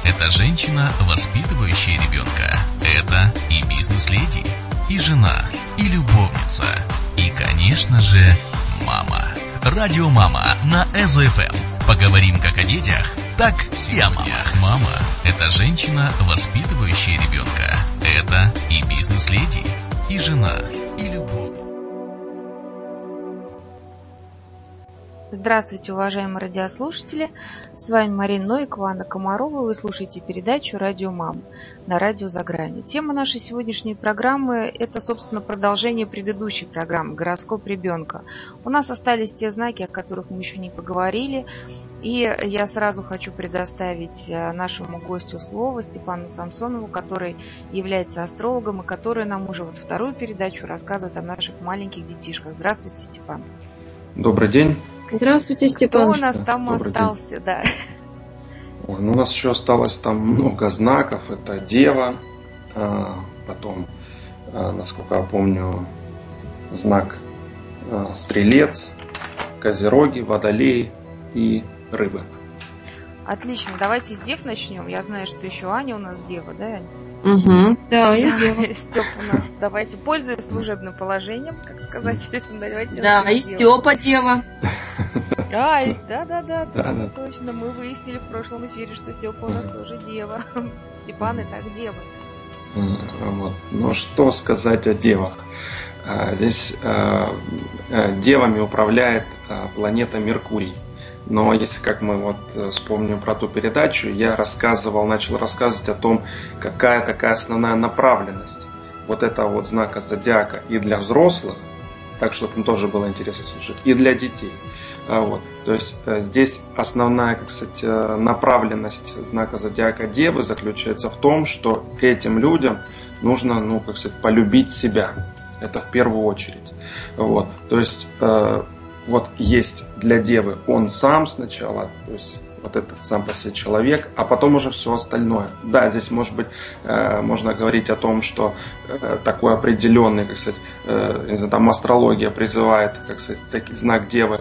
Это женщина, воспитывающая ребенка. Это и бизнес-леди, и жена, и любовница, и, конечно же, мама. Радио «Мама» на ЭЗО-ФМ. Поговорим как о детях, так и о мамах. Мама – это женщина, воспитывающая ребенка. Это и бизнес-леди, и жена, и любовница. Здравствуйте, уважаемые радиослушатели. С вами Марина Новикова, Анна Комарова. Вы слушаете передачу «Радио Мама» на радио «За гранью». Тема нашей сегодняшней программы – это, собственно, продолжение предыдущей программы «Гороскоп ребенка». У нас остались те знаки, о которых мы еще не поговорили. И я сразу хочу предоставить нашему гостю слово, Степану Самсонову, который является астрологом и который нам уже вторую передачу рассказывает о наших маленьких детишках. Здравствуйте, Степан. Добрый день. Здравствуйте, Степан. Кто у нас там остался, день. Да. Ой, у нас еще осталось там много знаков. Это Дева, потом, насколько я помню, знак Стрелец, Козероги, Водолей и Рыбы. Отлично, давайте с Дев начнем. Я знаю, что еще Аня у нас Дева, да, Аня? Угу. Да, я Дева. Степ у нас, давайте, пользуясь служебным положением, как сказать, давайте. Да, и Степа Дева. Да, точно. Мы выяснили в прошлом эфире, что Степа у нас тоже Дева. Степан и так Дева. Вот. Ну, что сказать о девах? Здесь девами управляет планета Меркурий. Но если как мы вспомним про ту передачу, я начал рассказывать о том, какая такая основная направленность вот этого знака зодиака и для взрослых, так чтобы им тоже было интересно слушать, и для детей. То есть здесь основная, направленность знака зодиака Девы заключается в том, что этим людям нужно, полюбить себя. Это в первую очередь. То есть есть для Девы он сам сначала, то есть этот сам по себе человек, а потом уже все остальное. Да, здесь может быть можно говорить о том, что такой определенный, астрология призывает, знак Девы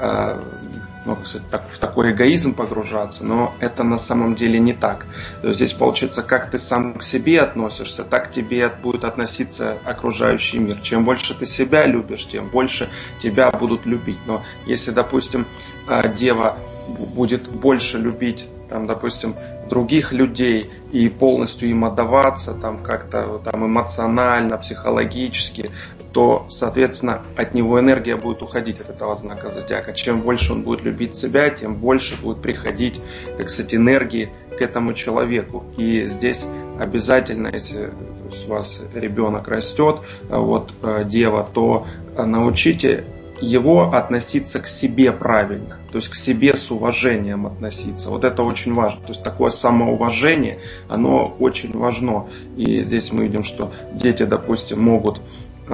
в такой эгоизм погружаться, но это на самом деле не так. То есть здесь получается, как ты сам к себе относишься, так к тебе будет относиться окружающий мир. Чем больше ты себя любишь, тем больше тебя будут любить. Но если, допустим, Дева будет больше любить, других людей и полностью им отдаваться, эмоционально, психологически, то, соответственно, от него энергия будет уходить от этого знака зодиака. Чем больше он будет любить себя, тем больше будет приходить, энергии к этому человеку. И здесь обязательно, если у вас ребенок растет, Дева, то научите его относиться к себе правильно, то есть к себе с уважением относиться. Это очень важно. То есть такое самоуважение, оно очень важно. И здесь мы видим, что дети, допустим, могут,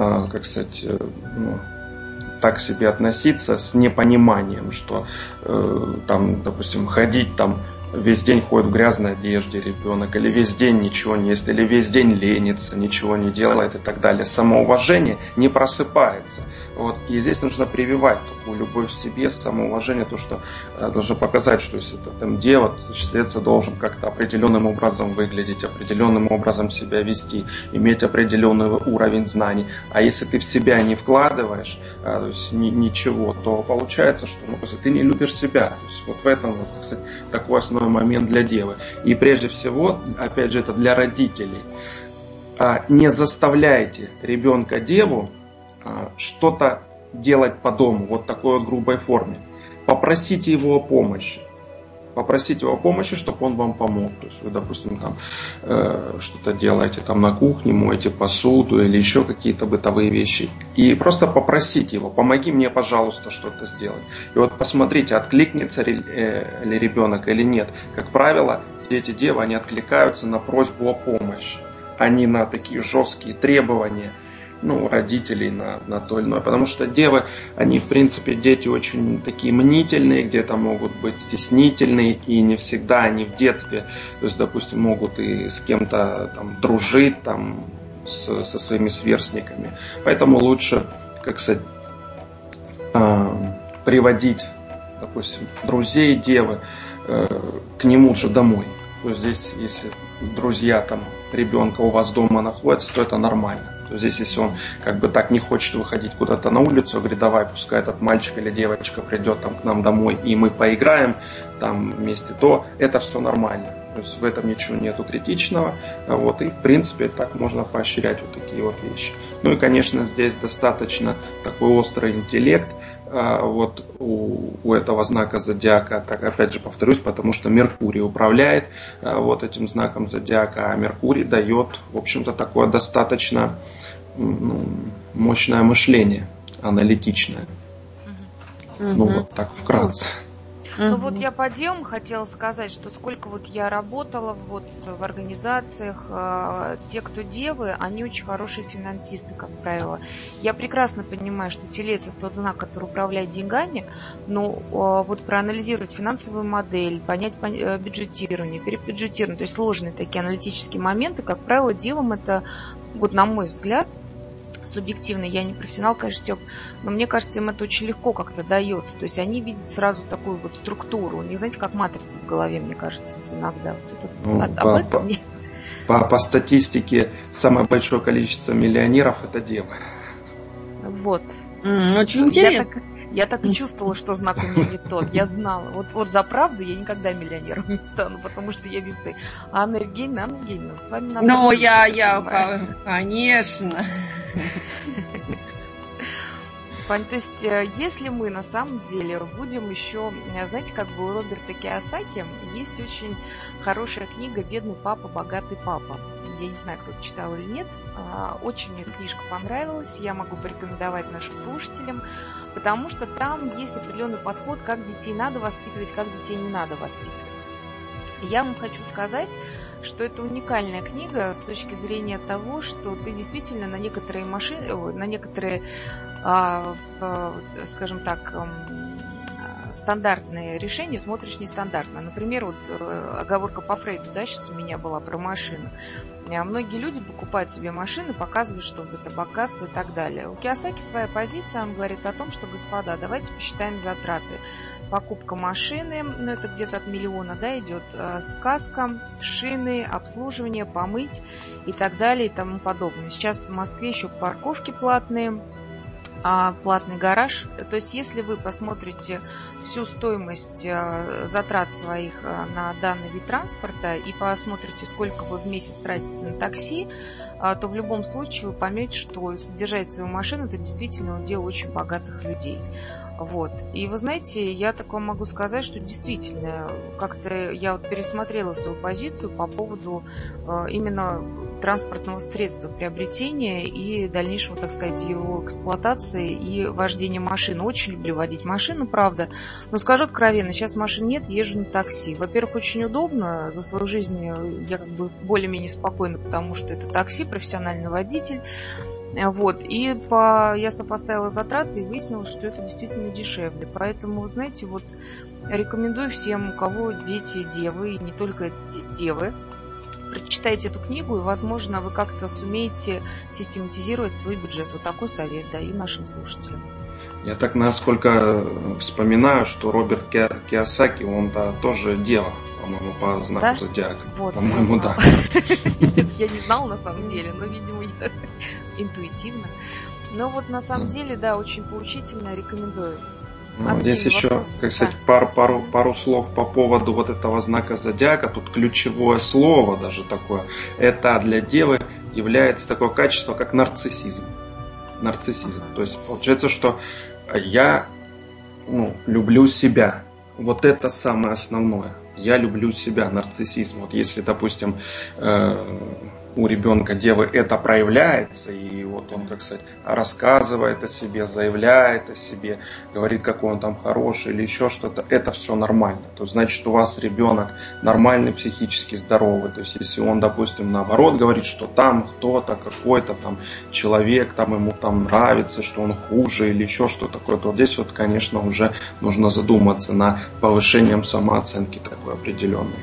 так к себе относиться с непониманием, что допустим, ходить весь день ходит в грязной одежде ребенок, или весь день ничего не ест, или весь день ленится, ничего не делает и так далее. Самоуважение не просыпается. И здесь нужно прививать такую любовь в себе, самоуважение, то, что должно показать, что если это Дева, то Стрелец должен как-то определенным образом выглядеть, определенным образом себя вести, иметь определенный уровень знаний. А если ты в себя не вкладываешь то есть ничего, то получается, что ты не любишь себя. То есть в этом такой основной момент для Девы. И прежде всего, опять же, это для родителей. Не заставляйте ребенка Деву что-то делать по дому, в такой грубой форме. Попросите его о помощи. Попросите его о помощи, чтобы он вам помог. То есть вы, допустим, что-то делаете на кухне, моете посуду или еще какие-то бытовые вещи. И просто попросите его: помоги мне, пожалуйста, что-то сделать. И посмотрите, откликнется ли ребенок или нет. Как правило, дети Девы, они откликаются на просьбу о помощи, а не на такие жесткие требования родителей на то или иное. Потому что девы, они, в принципе, дети очень такие мнительные, где-то могут быть стеснительные, и не всегда они в детстве, то есть, допустим, могут и с кем-то дружить, со своими сверстниками. Поэтому лучше, приводить, допустим, друзей Девы к нему же домой. то здесь, если друзья там ребенка у вас дома находятся, то это нормально. То здесь, если он как бы так не хочет выходить куда-то на улицу, говорит, давай, пускай этот мальчик или девочка придет там к нам домой, и мы поиграем там вместе, то это все нормально. То есть в этом ничего нету критичного. Вот, и в принципе так можно поощрять вот такие вот вещи. Ну и, конечно, здесь достаточно такой острый интеллект вот у этого знака зодиака. Так, опять же повторюсь, потому что Меркурий управляет вот этим знаком зодиака, а Меркурий дает, в общем-то, такое достаточно мощное мышление, аналитичное. Ну вот так вкратце. Ну вот я по делам хотела сказать, что сколько вот я работала вот в организациях, те, кто девы, они очень хорошие финансисты, как правило. Я прекрасно понимаю, что телец — это тот знак, который управляет деньгами, но вот проанализировать финансовую модель, понять бюджетирование, перебюджетирование, то есть сложные такие аналитические моменты, как правило, девам это, вот на мой взгляд, субъективно, я не профессионал, конечно, Степ, но мне кажется, им это очень легко как-то дается. То есть они видят сразу такую вот структуру. У них, знаете, как матрица в голове, мне кажется, вот иногда. По статистике, самое большое количество миллионеров – это девы. Вот. Очень интересно. Я так и чувствовала, что знак у меня не тот. Я знала. Вот за правду я никогда миллионером не стану, потому что я весы. Анна Евгеньевна, с вами надо... Ну, конечно. То есть, если мы на самом деле будем еще, знаете, как бы у Роберта Кийосаки есть очень хорошая книга «Бедный папа, богатый папа». Я не знаю, кто-то читал или нет. Очень мне эта книжка понравилась. Я могу порекомендовать нашим слушателям, потому что там есть определенный подход, как детей надо воспитывать, как детей не надо воспитывать. Я вам хочу сказать, что это уникальная книга с точки зрения того, что ты действительно на некоторые скажем так, стандартные решения смотришь нестандартно. Например, вот оговорка по Фрейду, да, сейчас у меня была про машину. Многие люди покупают себе машины, показывают, что вот это богатство и так далее. У Кийосаки своя позиция, он говорит о том, что, господа, давайте посчитаем затраты. Покупка машины, ну это где-то от миллиона, да, идет, сказка, шины, обслуживание, помыть и так далее и тому подобное. Сейчас в Москве еще парковки платные, платный гараж. То есть, если вы посмотрите всю стоимость затрат своих на данный вид транспорта и посмотрите, сколько вы в месяц тратите на такси, то в любом случае вы поймете, что содержать свою машину — это действительно дело очень богатых людей. Вот. И вы знаете, я так вам могу сказать, что действительно, как-то я вот пересмотрела свою позицию по поводу именно транспортного средства приобретения и дальнейшего, так сказать, его эксплуатации и вождения машины. Очень люблю водить машину, правда. Но скажу откровенно, сейчас машин нет, езжу на такси. Во-первых, очень удобно. За свою жизнь я как бы более-менее спокойна, потому что это такси, профессиональный водитель. Вот. И я сопоставила затраты и выяснила, что это действительно дешевле. Поэтому, вы знаете, вот рекомендую всем, у кого дети, девы, и не только девы, прочитайте эту книгу, и, возможно, вы как-то сумеете систематизировать свой бюджет. Вот такой совет даю нашим слушателям. Я так насколько вспоминаю, что Роберт Кийосаки, он-то тоже дева, по-моему, по знаку зодиака. Вот, по-моему, да. Нет, я не знала на самом деле, но, видимо, я интуитивно. Но вот на самом деле, да, очень поучительно, рекомендую. Здесь еще, как сказать, пару слов по поводу вот этого знака зодиака. Тут ключевое слово даже такое. Это для девы является такое качество, как нарциссизм. Нарциссизм. То есть получается, что я люблю себя. Вот это самое основное. Я люблю себя, нарциссизм. Вот если, допустим, у ребенка девы это проявляется, и вот он, как сказать, рассказывает о себе, заявляет о себе, говорит, какой он там хороший или еще что-то, это все нормально. То есть, значит, у вас ребенок нормальный, психически здоровый. То есть, если он, допустим, наоборот говорит, что там кто-то, какой-то там человек, там ему там нравится, что он хуже или еще что-то такое, то здесь вот, конечно, уже нужно задуматься над повышением самооценки такой определенной.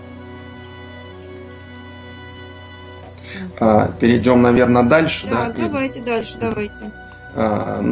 Перейдем, наверное, дальше. Да, давайте дальше, давайте.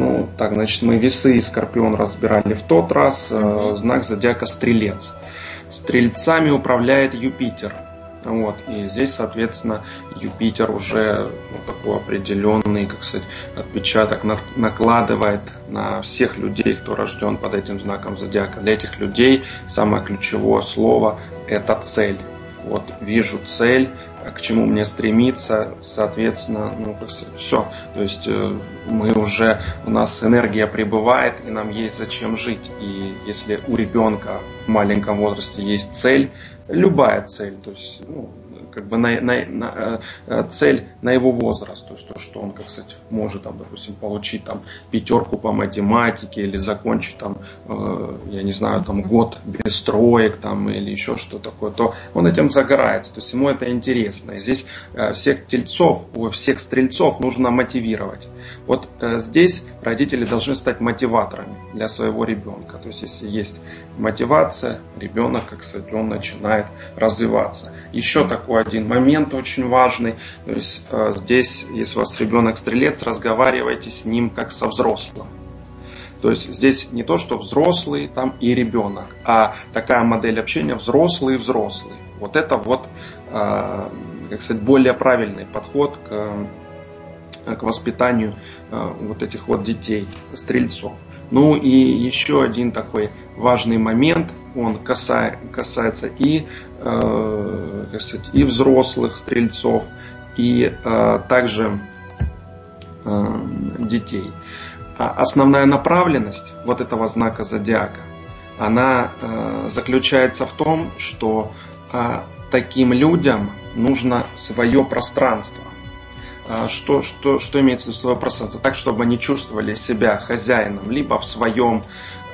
Так, значит, мы весы и скорпион разбирали в тот раз. Знак зодиака Стрелец. Стрельцами управляет Юпитер. Вот. И здесь, соответственно, Юпитер уже такой определенный, как сказать, отпечаток накладывает на всех людей, кто рожден под этим знаком зодиака. Для этих людей самое ключевое слово – это цель. Вот вижу цель, к чему мне стремиться, соответственно, как сказать, все. То есть у нас энергия прибывает, и нам есть зачем жить. И если у ребенка в маленьком возрасте есть цель, любая цель, то есть как бы цель на его возраст, то есть то, что он, как сказать, может, там, допустим, получить там 5 по математике или закончить там, я не знаю, там год без троек там или еще что такое, то он этим загорается, то есть ему это интересно. И здесь всех стрельцов нужно мотивировать. Вот здесь родители должны стать мотиваторами для своего ребенка. То есть если есть мотивация, ребенок, как сказать, он начинает развиваться. Еще такой один момент очень важный. То есть здесь, если у вас ребенок стрелец, разговаривайте с ним как со взрослым. То есть здесь не то, что взрослый там и ребенок, а такая модель общения взрослый и взрослый. Вот это вот, как сказать, более правильный подход к воспитанию вот этих вот детей, стрельцов. Ну и еще один такой важный момент, он касается и, как сказать, и взрослых стрельцов, и также детей. Основная направленность вот этого знака зодиака, она заключается в том, что таким людям нужно свое пространство. Что имеется в виду свое пространство? Так, чтобы они чувствовали себя хозяином, либо в своем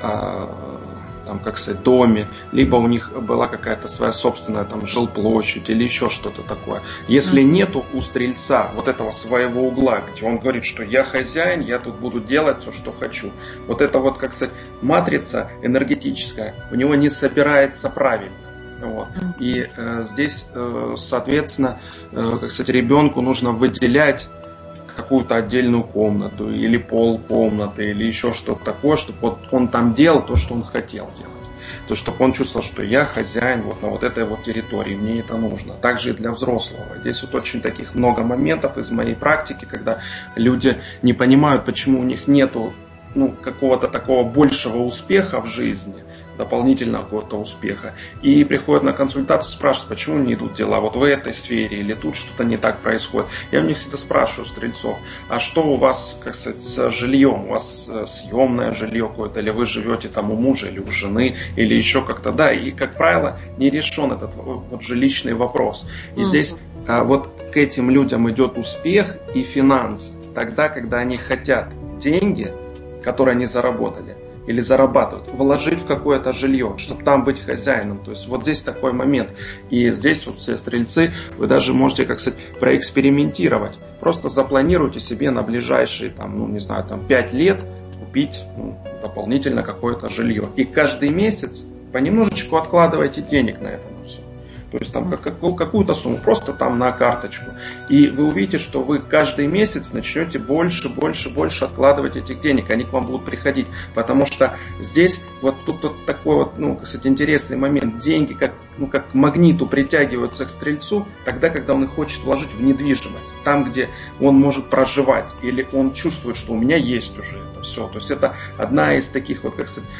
там, как сказать, доме, либо у них была какая-то своя собственная там жилплощадь или еще что-то такое. Если нету у стрельца вот этого своего угла, где он говорит, что я хозяин, я тут буду делать все, что хочу. Вот эта вот, как сказать, матрица энергетическая у него не собирается правильно. Вот. И здесь, соответственно, как сказать, ребенку нужно выделять какую-то отдельную комнату или полкомнаты или еще что-то такое, чтобы вот он там делал то, что он хотел делать. То, чтобы он чувствовал, что я хозяин вот на вот этой вот территории, мне это нужно. Также и для взрослого. Здесь вот очень таких много моментов из моей практики, когда люди не понимают, почему у них нету какого-то такого большего успеха в жизни, дополнительного какого-то успеха. И приходят на консультацию, спрашивают, почему не идут дела вот в этой сфере или тут что-то не так происходит. Я у них всегда спрашиваю, стрельцов, а что у вас, как сказать, с жильем? У вас съемное жилье какое-то, или вы живете там у мужа или у жены, или еще как-то, да. И, как правило, не решен этот вот жилищный вопрос. И здесь вот к этим людям идет успех и финансы. Тогда, когда они хотят деньги, которые они заработали, или зарабатывают, вложить в какое-то жилье, чтобы там быть хозяином. То есть вот здесь такой момент. И здесь вот все стрельцы, вы даже можете, как сказать, проэкспериментировать. Просто запланируйте себе на ближайшие, там, 5 лет купить дополнительно какое-то жилье. И каждый месяц понемножечку откладывайте денег на это все. То есть там какую-то сумму, просто там на карточку. И вы увидите, что вы каждый месяц начнете больше откладывать этих денег. Они к вам будут приходить. Потому что здесь вот тут вот такой вот, кстати, интересный момент. Деньги как к магниту притягиваются к стрельцу тогда, когда он их хочет вложить в недвижимость. Там, где он может проживать. Или он чувствует, что у меня есть уже это все. То есть это одна из таких вот, как сказать,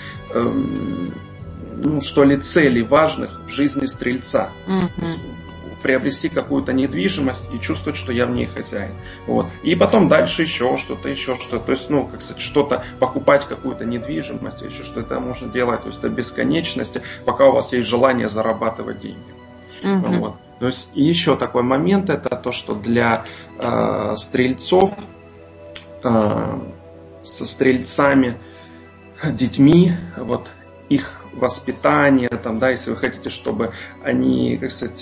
целей важных в жизни стрельца. Приобрести какую-то недвижимость и чувствовать, что я в ней хозяин. Вот. И потом дальше еще что-то. То есть, как сказать, что-то покупать, какую-то недвижимость, еще что-то можно делать, то есть до бесконечности, пока у вас есть желание зарабатывать деньги. Вот. То есть, и еще такой момент, это то, что для стрельцов, со стрельцами, детьми, вот их воспитание, там, да, если вы хотите, чтобы они, как сказать,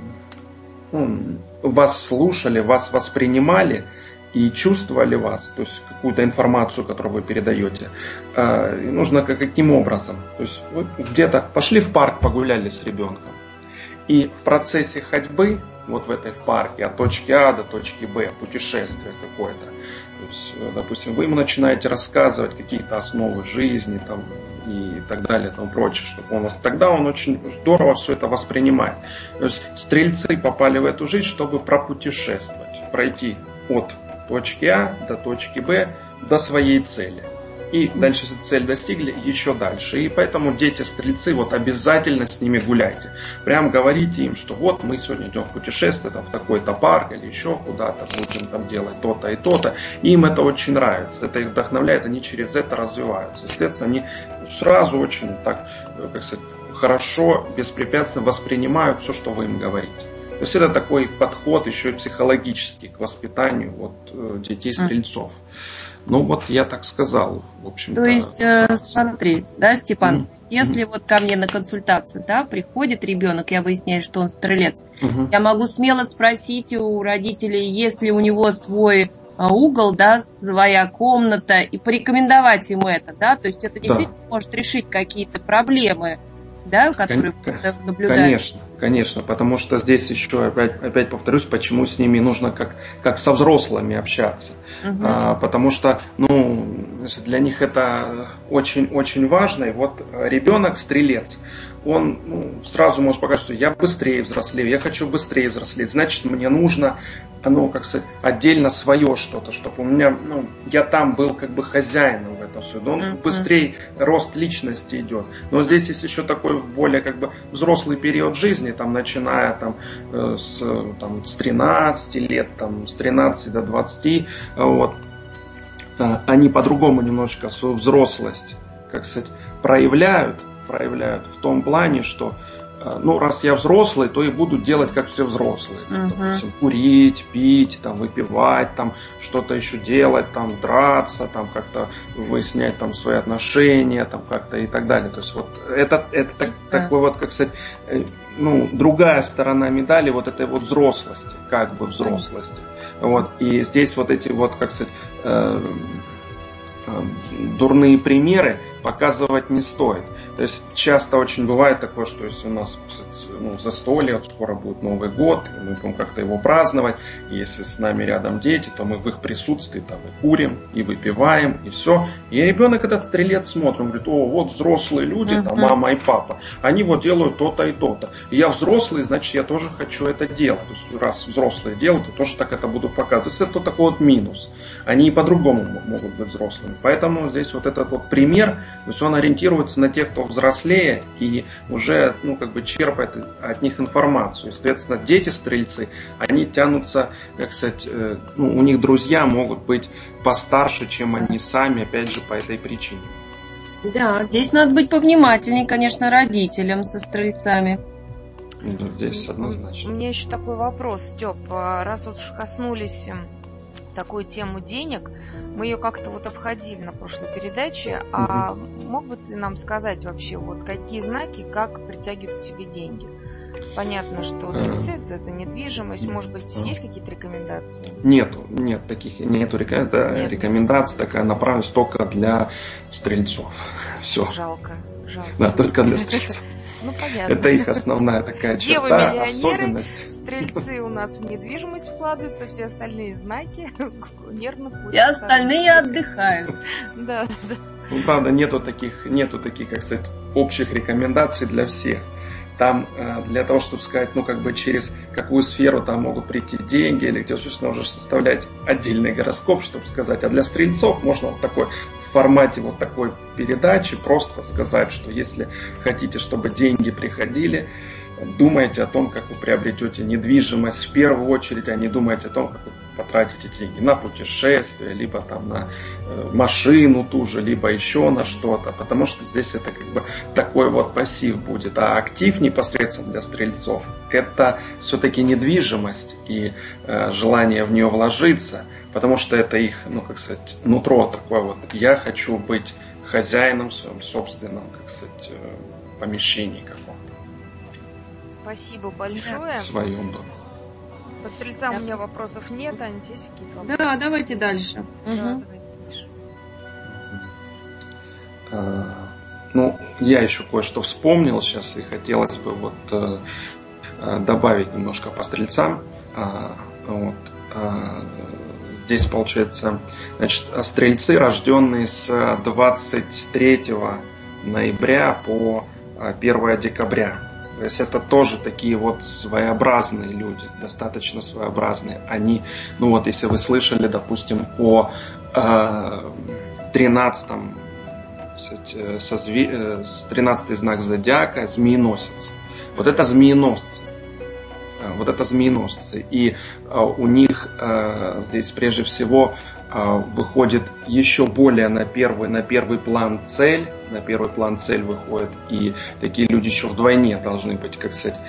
вас слушали, вас воспринимали и чувствовали вас, то есть какую-то информацию, которую вы передаете, нужно каким образом? То есть вы где-то пошли в парк, погуляли с ребенком, и в процессе ходьбы вот в этой парке от точки А до точки Б, путешествие какое-то. То есть, допустим, вы ему начинаете рассказывать какие-то основы жизни там, и так далее, и тому прочее, чтобы он, тогда он очень здорово все это воспринимает. То есть стрельцы попали в эту жизнь, чтобы пропутешествовать, пройти от точки А до точки Б до своей цели. И дальше, если цель достигли, еще дальше. И поэтому дети-стрельцы, вот обязательно с ними гуляйте. Прям говорите им, что вот мы сегодня идем в путешествие там, в такой-то парк или еще куда-то, будем там делать то-то и то-то. И им это очень нравится, это их вдохновляет, они через это развиваются. Естественно, они сразу очень так, как сказать, хорошо, беспрепятственно воспринимают все, что вы им говорите. То есть это такой подход еще и психологический к воспитанию вот, детей-стрельцов. Ну вот я так сказал, в общем-то. То есть, смотри, да, Степан, если вот ко мне на консультацию, да, приходит ребенок, я выясняю, что он стрелец, я могу смело спросить у родителей, есть ли у него свой угол, да, своя комната, и порекомендовать ему это, да, то есть это действительно может решить какие-то проблемы, да, которые наблюдают. Конечно, потому что здесь еще, опять повторюсь, почему с ними нужно как со взрослыми общаться. Потому что, для них это очень важно. И вот ребенок-стрелец, он сразу может показать, что я быстрее взрослею, я хочу быстрее взрослеть, значит, мне нужно, как сказать, отдельно свое что-то, чтобы у меня, я там был как бы хозяином в этом все. Он быстрее, рост личности идет. Но здесь есть еще такой более как бы взрослый период жизни, там, начиная там, с 13 лет, там, с 13 до 20, вот, они по-другому немножко свою взрослость, как сказать, проявляют в том плане, что раз я взрослый, то и буду делать, как все взрослые. Допустим, курить, пить, там, выпивать, там, что-то еще делать, там, драться, там, как-то выяснять там, свои отношения, там, как-то и так далее. То есть вот это такой вот, как сказать, другая сторона медали вот этой вот взрослости, как бы взрослости. Вот. И здесь вот эти вот, как сказать, дурные примеры показывать не стоит. То есть часто очень бывает такое, что если у нас застолье, скоро будет Новый год, и мы будем как-то его праздновать, и если с нами рядом дети, то мы в их присутствии там и курим, и выпиваем, и все. И ребенок, этот стрелец, смотрит, он говорит, вот взрослые люди, там мама и папа, они вот делают то-то и то-то. И я взрослый, значит, я тоже хочу это делать. То есть раз взрослые делают, то тоже так это буду показывать. Это такой вот минус. Они и по-другому могут быть взрослыми. Поэтому здесь вот этот вот пример, то есть он ориентируется на тех, кто взрослее и уже, черпает от них информацию. Соответственно, дети-стрельцы, они тянутся, как сказать, у них друзья могут быть постарше, чем они сами, опять же, по этой причине. Да, здесь надо быть повнимательнее, конечно, родителям со стрельцами. Здесь однозначно. У меня еще такой вопрос, Степ, раз уж коснулись такую тему денег, мы ее как-то вот обходили на прошлой передаче, а мог бы ты нам сказать вообще, вот какие знаки, как притягивают к себе деньги? Понятно, что дефицит, это недвижимость, может быть, есть какие-то рекомендации? Нету рекомендаций, такая направленность только для стрельцов. Все. Жалко. Да, только для стрельцов. Понятно. Это их основная такая черта, особенность. Стрельцы у нас в недвижимость вкладываются, все остальные знаки нервно курят. Все остальные отдыхают. Да. Правда, нету таких, как сказать, общих рекомендаций для всех. Там для того, чтобы сказать, через какую сферу там могут прийти деньги, или где, собственно, уже составлять отдельный гороскоп, чтобы сказать. А для стрельцов можно вот такой, в формате вот такой передачи просто сказать, что если хотите, чтобы деньги приходили, думайте о том, как вы приобретете недвижимость в первую очередь, а не думайте о том, как вы потратите деньги на путешествие, либо там на машину ту же, либо еще на что-то, потому что здесь это как бы такой вот пассив будет. А актив непосредственно для стрельцов — это все-таки недвижимость и желание в нее вложиться, потому что это их, нутро такое вот. Я хочу быть хозяином в своем собственном, помещении каком-то. Спасибо большое. В своем доме. По стрельцам у меня вопросов нет, Аня, есть какие-то вопросы? Да, давайте дальше. Да, давайте дальше. Я еще кое-что вспомнил сейчас, и хотелось бы добавить немножко по стрельцам. Вот. Здесь получается, значит, стрельцы, рожденные с 23 ноября по 1 декабря. То есть это тоже такие вот своеобразные люди, достаточно своеобразные. Они, ну вот если вы слышали, допустим, о 13-м, 13-й знак зодиака, змееносец. Вот это змееносцы. И у них здесь прежде всего выходит еще более на первый план цель. На первый план цель выходит. И такие люди еще вдвойне должны быть, как сказать,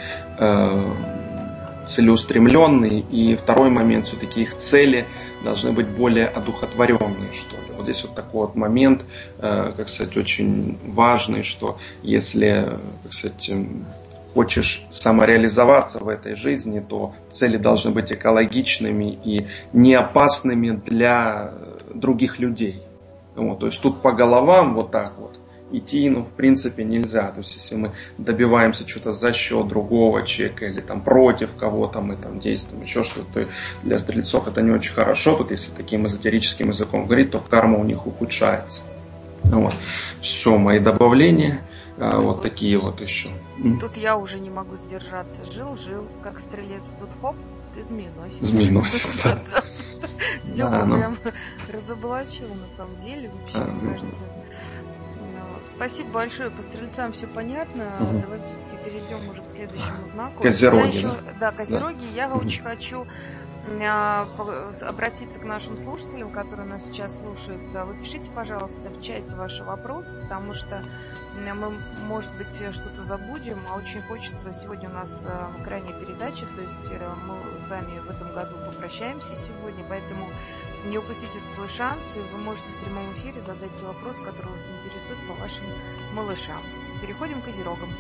целеустремленные. И второй момент, все-таки их цели должны быть более одухотворенные, что ли. Вот здесь вот такой вот момент, как сказать, очень важный, что если, как сказать, хочешь самореализоваться в этой жизни, то цели должны быть экологичными и не опасными для других людей. Вот, то есть тут по головам вот так вот идти, ну, в принципе, нельзя. То есть если мы добиваемся что-то за счет другого человека или там против кого-то мы там действуем, еще что-то, то для стрельцов это не очень хорошо. Тут если таким эзотерическим языком говорить, то карма у них ухудшается. Вот. Все, мои добавления. Вот такие вот еще. Тут я уже не могу сдержаться. Жил, как стрелец. Тут хоп, ты змееносец. Змееносец, да. Степа прям разоблачил на самом деле. Вообще, мне кажется. Спасибо большое. По стрельцам все понятно. Давай все-таки перейдем уже к следующему знаку. Козероги. Да, козероги. Я очень хочу обратиться к нашим слушателям, которые нас сейчас слушают. Вы пишите, пожалуйста, в чате ваши вопросы, потому что мы, может быть, что-то забудем, а очень хочется. Сегодня у нас крайняя передача, то есть мы с вами в этом году попрощаемся сегодня, поэтому не упустите свой шанс, и вы можете в прямом эфире задать те вопросы, которые вас интересуют по вашим малышам. Переходим к козерогам.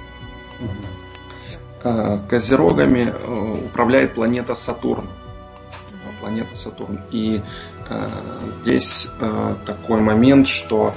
Козерогами управляет планета Сатурн. И здесь такой момент, что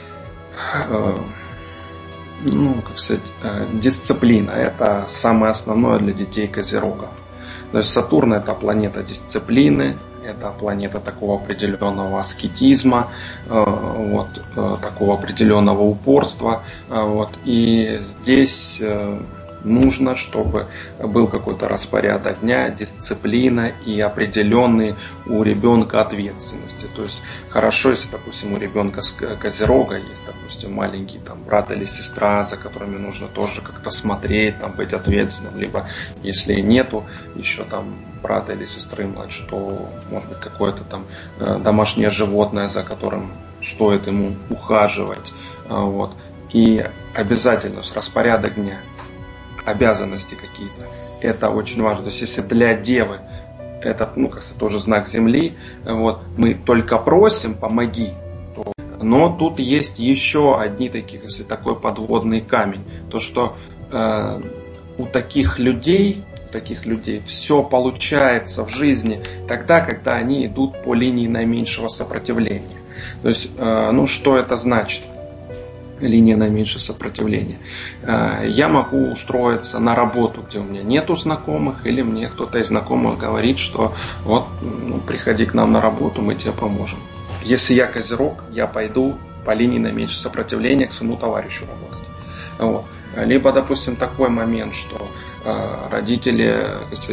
как сказать, дисциплина – это самое основное для детей козерогов. То есть Сатурн – это планета дисциплины, это планета такого определенного аскетизма, такого определенного упорства. И здесь нужно, чтобы был какой-то распорядок дня, дисциплина и определенные у ребенка ответственности. То есть хорошо, если, допустим, у ребенка с козерога есть, допустим, маленький там брат или сестра, за которыми нужно тоже как-то смотреть, там, быть ответственным. Либо если нету еще там брата или сестры младше, то может быть какое-то там домашнее животное, за которым стоит ему ухаживать. И обязательно с распорядок дня, обязанности какие-то. Это очень важно. То есть, если для девы это, кажется, тоже знак Земли, мы только просим, помоги, но тут есть еще одни если такой подводный камень. То, что у таких людей все получается в жизни тогда, когда они идут по линии наименьшего сопротивления. То есть, что это значит? Линия наименьшего сопротивления. Я могу устроиться на работу, где у меня нету знакомых, или мне кто-то из знакомых говорит, что приходи к нам на работу, мы тебе поможем. Если я козерог, я пойду по линии наименьшего сопротивления к своему товарищу работать. Либо, допустим, такой момент, что родители,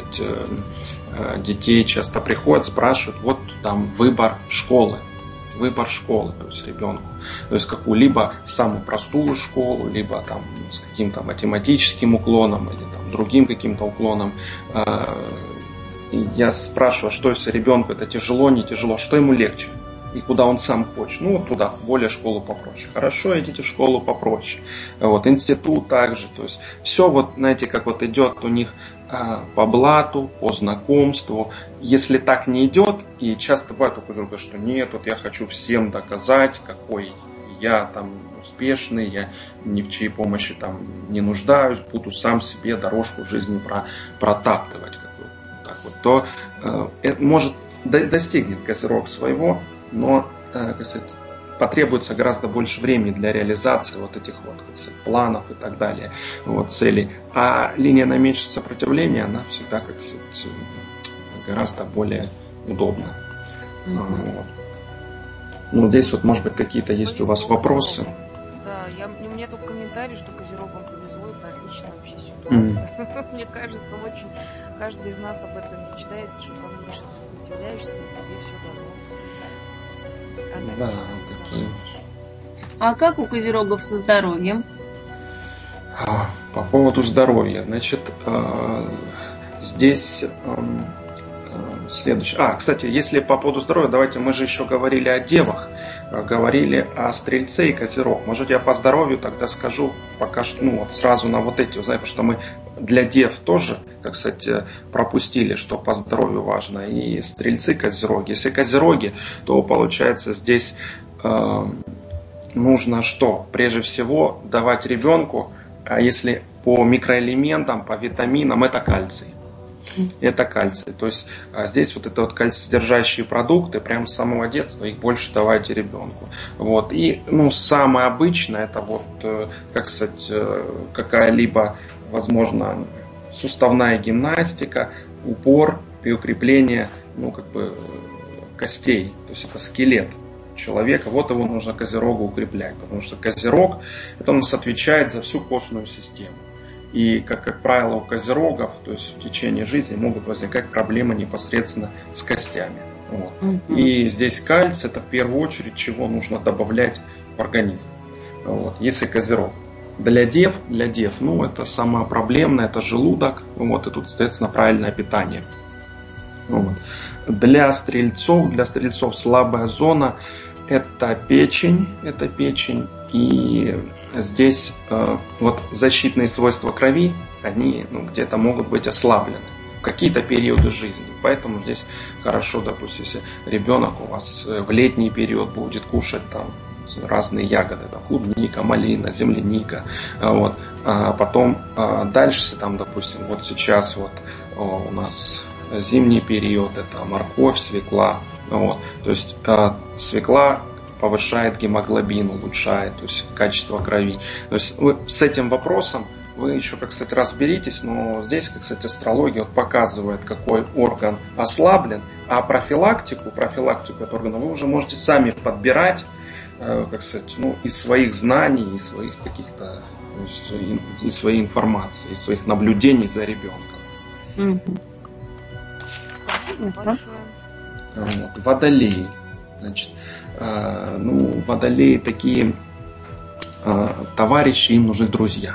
детей часто приходят, спрашивают, там выбор школы, то есть ребенку. То есть какую-либо самую простую школу, либо там с каким-то математическим уклоном или там другим каким-то уклоном. И я спрашиваю, что если ребенку это тяжело, не тяжело, что ему легче и куда он сам хочет. Туда, более школу попроще. Хорошо, идите в школу попроще. Институт также. То есть все знаете, как идет у них по блату, по знакомству. Если так не идет, и часто бывает у козерога, что нет, я хочу всем доказать, какой я там успешный, я ни в чьей помощи там не нуждаюсь, буду сам себе дорожку жизни протаптывать, то может достигнет козерог своего, но потребуется гораздо больше времени для реализации вот этих вот планов и так далее, вот, целей. А линия наименьшего сопротивления, она всегда, как сказать, гораздо более удобна. Вот. Ну, здесь вот, может быть, какие-то есть у вас вопросы. Да, у меня только комментарий, что козерогам повезло, это отличная вообще ситуация. Мне кажется, очень каждый из нас об этом мечтает, что поменьше сопротивляешься, и тебе все дано. Да, такие. А как у козерогов со здоровьем? По поводу здоровья, значит, здесь следующее. Кстати, если по поводу здоровья, давайте, мы же еще говорили о девах, говорили о стрельце и козерог. Может, я по здоровью тогда скажу пока что, вот сразу на вот эти, потому что мы для дев тоже, как, кстати, пропустили, что по здоровью важно, и стрельцы, козероги. Если козероги, то получается здесь нужно что? Прежде всего давать ребенку, если по микроэлементам, по витаминам, это кальций. Это кальций. То есть здесь вот это вот кальций-содержащие продукты, прямо с самого детства их больше давайте ребенку. Вот. И самое обычное, это вот, как сказать, какая-либо, возможно, суставная гимнастика, упор и укрепление, костей. То есть это скелет человека. Вот его нужно козерогу укреплять. Потому что козерог, это у нас отвечает за всю костную систему. И, как правило, у козерогов, то есть в течение жизни могут возникать проблемы непосредственно с костями. Вот. И здесь кальций, это в первую очередь, чего нужно добавлять в организм. Вот. Если козерог. Для дев, это самое проблемное, это желудок, вот, и тут, соответственно, правильное питание. Вот. Для стрельцов слабая зона – это печень, и здесь вот защитные свойства крови, они где-то могут быть ослаблены в какие-то периоды жизни. Поэтому здесь хорошо, допустим, если ребенок у вас в летний период будет кушать там разные ягоды, там, клубника, малина, земляника, вот. А потом дальше, там, допустим, вот сейчас вот у нас зимний период, это морковь, свекла, вот. То есть свекла повышает гемоглобин, улучшает, то есть качество крови. То есть вы с этим вопросом вы еще, как сказать, разберитесь, но здесь, как сказать, астрология вот показывает, какой орган ослаблен, а профилактику от органа вы уже можете сами подбирать, как сказать, из своих знаний, из своих каких-то, из своей информации, из своих наблюдений за ребенком. Вот. Водолеи. Значит, водолеи такие товарищи, им нужны друзья.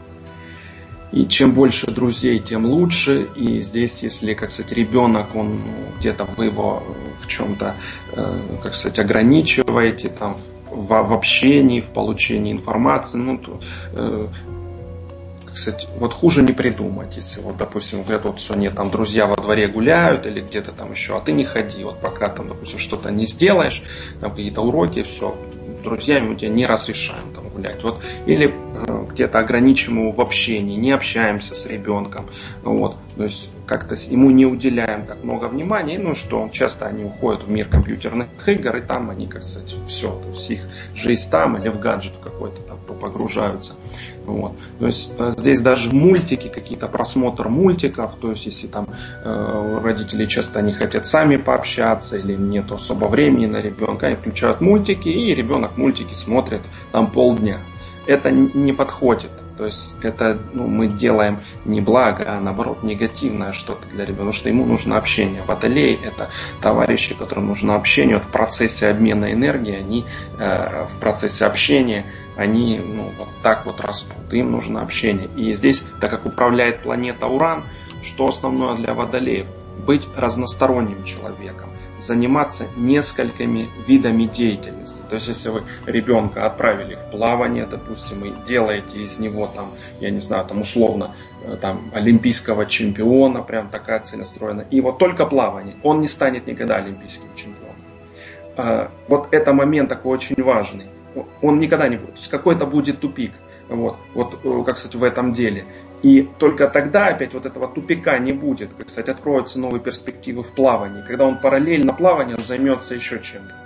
И чем больше друзей, тем лучше. И здесь, если, как сказать, ребенок, он где-то вы его в чем-то, как сказать, ограничиваете там, в общении, в получении информации, то, как сказать, вот хуже не придумать. Если вот, допустим, где-то вот сегодня там друзья во дворе гуляют или где-то там еще, а ты не ходи, вот пока там, допустим, что-то не сделаешь, там какие-то уроки, все, с друзьями мы тебе не разрешаем там гулять. Вот. Или где-то ограничим его в общении, не общаемся с ребенком, вот, то есть как-то ему не уделяем так много внимания, что часто они уходят в мир компьютерных игр, и там они, как сказать, все, то есть их жизнь там или в гаджет какой-то там погружаются. Вот. То есть здесь даже мультики, какие-то просмотр мультиков, то есть если там родители часто не хотят сами пообщаться или нет особо времени на ребенка, они включают мультики, и ребенок мультики смотрит там полдня. Это не подходит. То есть это мы делаем не благо, а наоборот негативное что-то для ребенка, потому что ему нужно общение. Водолеи – это товарищи, которым нужно общение. Вот в процессе обмена энергии, они в процессе общения, они вот так вот растут. Им нужно общение. И здесь, так как управляет планета Уран, что основное для водолеев? Быть разносторонним человеком, заниматься несколькими видами деятельности. То есть, если вы ребенка отправили в плавание, допустим, и делаете из него там, я не знаю, там условно там, олимпийского чемпиона, прям такая целеустроена, и вот только плавание, он не станет никогда олимпийским чемпионом. Вот это момент такой очень важный. Он никогда не будет. То есть какой-то будет тупик. Вот, как сказать, в этом деле. И только тогда опять вот этого тупика не будет. Как сказать, откроются новые перспективы в плавании. Когда он параллельно плаванию займется еще чем-то.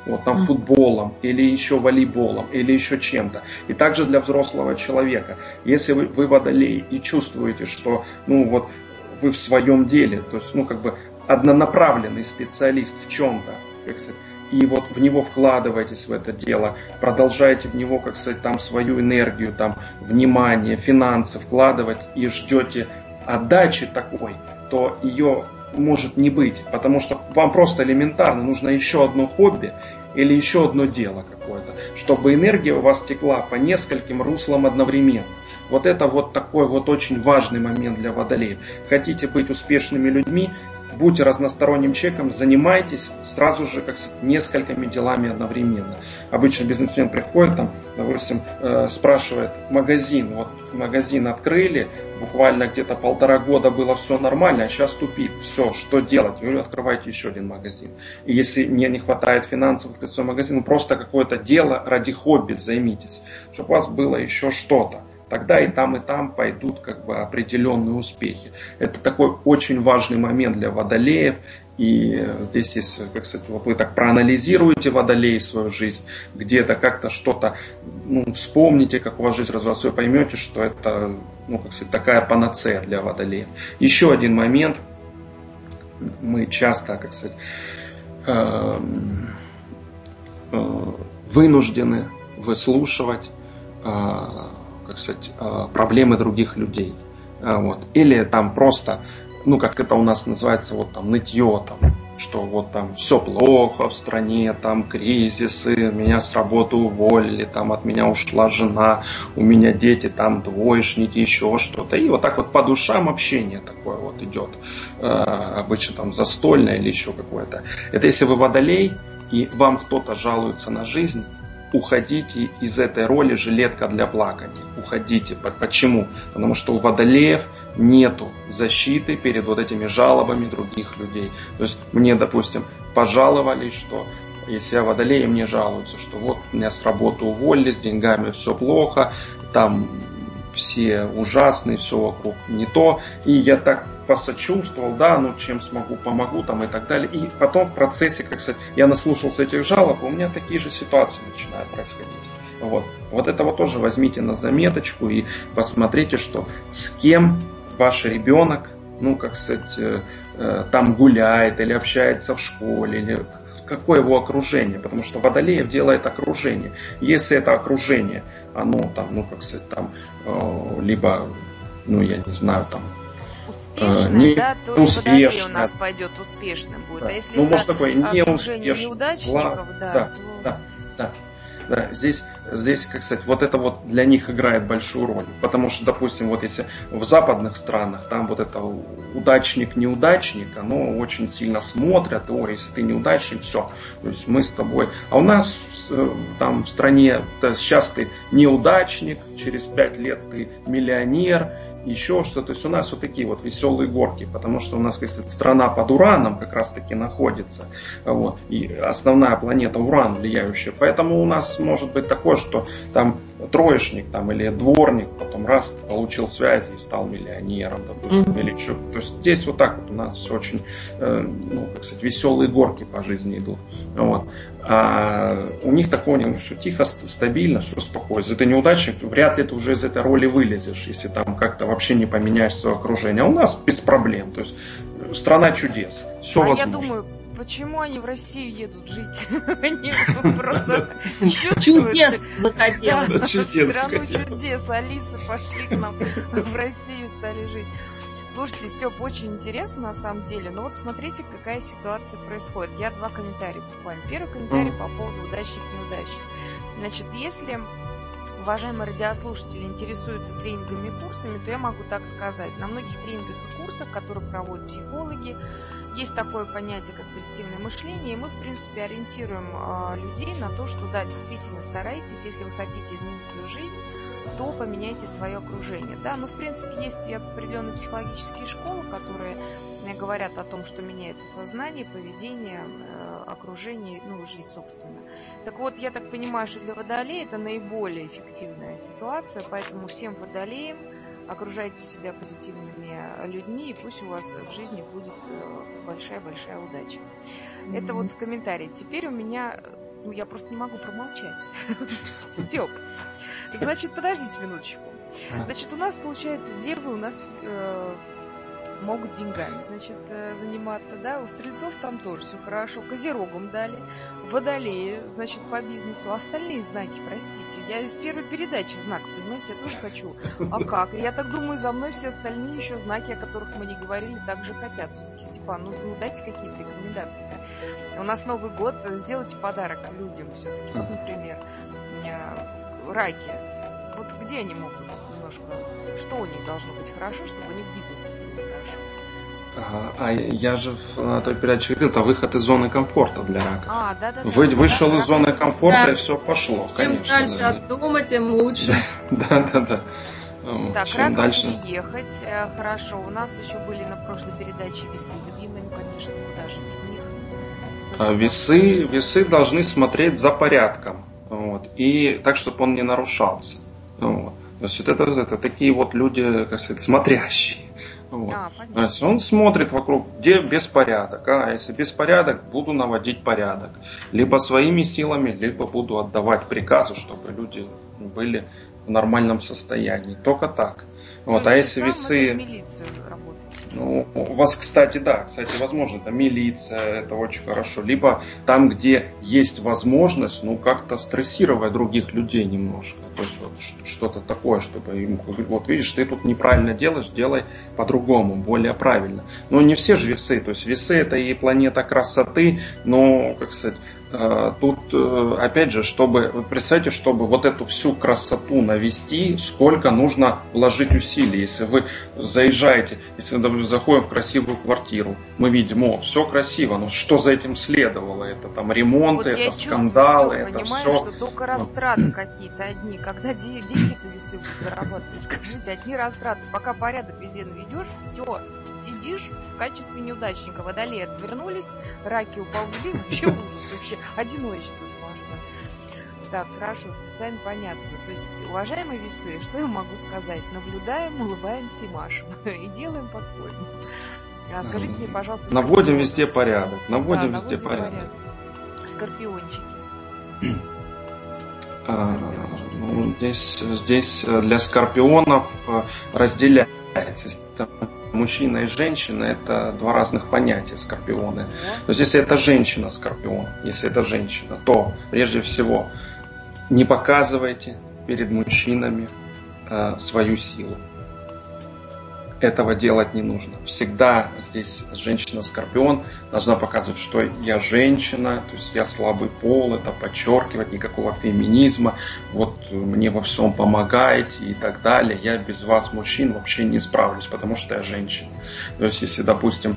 вот там футболом, или еще волейболом, или еще чем-то. И также для взрослого человека. Если вы водолей и чувствуете, что вы в своем деле, то есть однонаправленный специалист в чем-то, и вот в него вкладываетесь в это дело, продолжаете в него, там свою энергию, там, внимание, финансы вкладывать и ждете отдачи такой, то ее может не быть, потому что вам просто элементарно нужно еще одно хобби или еще одно дело какое-то, чтобы энергия у вас текла по нескольким руслам одновременно. Вот это вот такой вот очень важный момент для водолеев. Хотите быть успешными людьми, будьте разносторонним человеком, занимайтесь сразу же несколькими делами одновременно. Обычно бизнесмен приходит, допустим, спрашивает магазин. Вот магазин открыли, буквально где-то 1,5 года было все нормально, а сейчас тупит. Все, что делать? Я говорю, открывайте еще один магазин. И если мне не хватает финансов в свой магазин, просто какое-то дело ради хобби займитесь, чтобы у вас было еще что-то. Тогда и там пойдут определенные успехи. Это такой очень важный момент для водолеев. И здесь есть, вы так проанализируете, водолеи, свою жизнь, где-то как-то что-то вспомните, как у вас жизнь развивалась, вы поймете, что это такая панацея для водолеев. Еще один момент. Мы часто, вынуждены выслушивать проблемы других людей. Или там просто, как это у нас называется, нытье, что все плохо в стране, там кризисы, меня с работы уволили, от меня ушла жена, у меня дети двоечники, еще что-то. И так по душам общение такое идет. Обычно застольное или еще какое-то. Это если вы водолей, и вам кто-то жалуется на жизнь, уходите из этой роли жилетка для плакания. Уходите. Почему? Потому что у водолеев нету защиты перед этими жалобами других людей. То есть мне, допустим, пожаловались, что если я водолей, мне жалуются, что меня с работы уволили, с деньгами все плохо, там все ужасные, все вокруг не то. И я так посочувствовал, чем смогу, помогу и так далее. И потом в процессе, я наслушался этих жалоб, у меня такие же ситуации начинают происходить. Вот это тоже возьмите на заметочку и посмотрите, что с кем ваш ребенок, там гуляет или общается в школе, или какое его окружение, потому что водолеев делает окружение. Если это окружение, оно либо, я не знаю, успешное, то водолей у нас пойдет успешным будет. А если может такое окружение неудачников, Да, здесь это для них играет большую роль. Потому что, допустим, если в западных странах, там это удачник-неудачник, оно очень сильно смотрят, если ты неудачник, все, то есть мы с тобой. А у нас в стране, сейчас ты неудачник, через 5 лет ты миллионер, еще что-то. То есть у нас такие веселые горки, потому что у нас, страна под Ураном как раз таки находится, и основная планета Уран влияющая, поэтому у нас может быть такое, что там троечник или дворник потом раз получил связи и стал миллионером, допустим, или что. То есть здесь у нас все очень, веселые горки по жизни идут. А у них такое, все тихо, стабильно, все спокойно. Если ты неудачник, вряд ли ты уже из этой роли вылезешь, если там как-то вообще не поменяешь свое окружение. А у нас без проблем. То есть страна чудес. Все возможно. Я думаю, почему они в Россию едут жить? Они просто чувствуют. Чудес захотелось. Страну чудес. Алиса, пошли к нам в Россию, стали жить. Слушайте, Степ, очень интересно на самом деле. Но смотрите, какая ситуация происходит. Я 2 комментария буквально. Первый комментарий по поводу удачник-неудачник. Значит, если уважаемые радиослушатели интересуются тренингами и курсами, то я могу так сказать. На многих тренингах и курсах, которые проводят психологи, есть такое понятие, как позитивное мышление, и мы, в принципе, ориентируем людей на то, что, да, действительно старайтесь, если вы хотите изменить свою жизнь, то поменяйте свое окружение. Да, в принципе, есть и определенные психологические школы, которые говорят о том, что меняется сознание, поведение, окружение, жизнь, собственно. Так вот, я так понимаю, что для водолея это наиболее эффективная ситуация, поэтому всем водолеям окружайте себя позитивными людьми, и пусть у вас в жизни будет большая-большая удача. Это комментарий. Теперь у меня Ну, я просто не могу промолчать. Степ. Значит, подождите минуточку. Значит, у нас, получается, девы у нас могут деньгами, значит, заниматься, да, у стрельцов там тоже все хорошо, козерогам дали, водолеи, значит, по бизнесу, остальные знаки, простите, я из первой передачи знак, понимаете, я тоже хочу, а как? Я так думаю, за мной все остальные еще знаки, о которых мы не говорили, также хотят, все-таки, Степан, ну дайте какие-то рекомендации-то. У нас Новый год, сделайте подарок людям все-таки, вот, например, раки, вот где они могут немножко, что у них должно быть хорошо, чтобы у них бизнес был хорошо? А я же на той передаче говорил, это выход из зоны комфорта для рака. Да. Вышел из зоны комфорта, и все пошло, чем конечно. Чем дальше от дома, тем лучше. Да. Так, раком дальше ехать, хорошо. У нас еще были на прошлой передаче весы любимые, ну, конечно, куда же без них. Весы должны смотреть за порядком, вот, и так, чтобы он не нарушался. Вот. То есть это такие вот люди, как сказать, смотрящие. Вот. То есть он смотрит вокруг, где беспорядок. Если беспорядок, буду наводить порядок. Либо своими силами, либо буду отдавать приказы, чтобы люди были в нормальном состоянии. Только так. Вот. А если весы... Ну, у вас, кстати, возможно, это милиция, это очень хорошо. Либо там, где есть возможность, как-то стрессировать других людей немножко. То есть вот что-то такое, чтобы им, вот видишь, ты тут неправильно делаешь, делай по-другому, более правильно. Но не все же весы. То есть весы это и планета красоты, но, как сказать, тут, опять же, представьте, чтобы вот эту всю красоту навести, сколько нужно вложить усилий. Если вы заезжаете, если, допустим, заходим в красивую квартиру, мы видим, все красиво, но что за этим следовало? Это там ремонты, вот это скандалы, это понимаю, все. Что только растраты какие-то одни. Когда деньги-то весы будут зарабатывать, скажите, одни растраты. Пока порядок везде наведешь, все, сидишь в качестве неудачника. Водолеи отвернулись, раки уползли, вообще одиночество сплошное. Так, хорошо, с весами понятно. То есть, уважаемые весы, что я могу сказать? Наблюдаем, улыбаемся и машем. И делаем по-своему. Скажите мне, пожалуйста... Наводим везде порядок. Наводим везде порядок. Скорпиончики. Здесь для скорпионов разделяется мужчина и женщина, это два разных понятия скорпионы. То есть если это женщина-скорпион, то прежде всего не показывайте перед мужчинами свою силу. Этого делать не нужно. Всегда здесь женщина-скорпион должна показывать, что я женщина, то есть я слабый пол, это подчеркивать, никакого феминизма, вот мне во всем помогаете и так далее. Я без вас, мужчин, вообще не справлюсь, потому что я женщина. То есть если, допустим,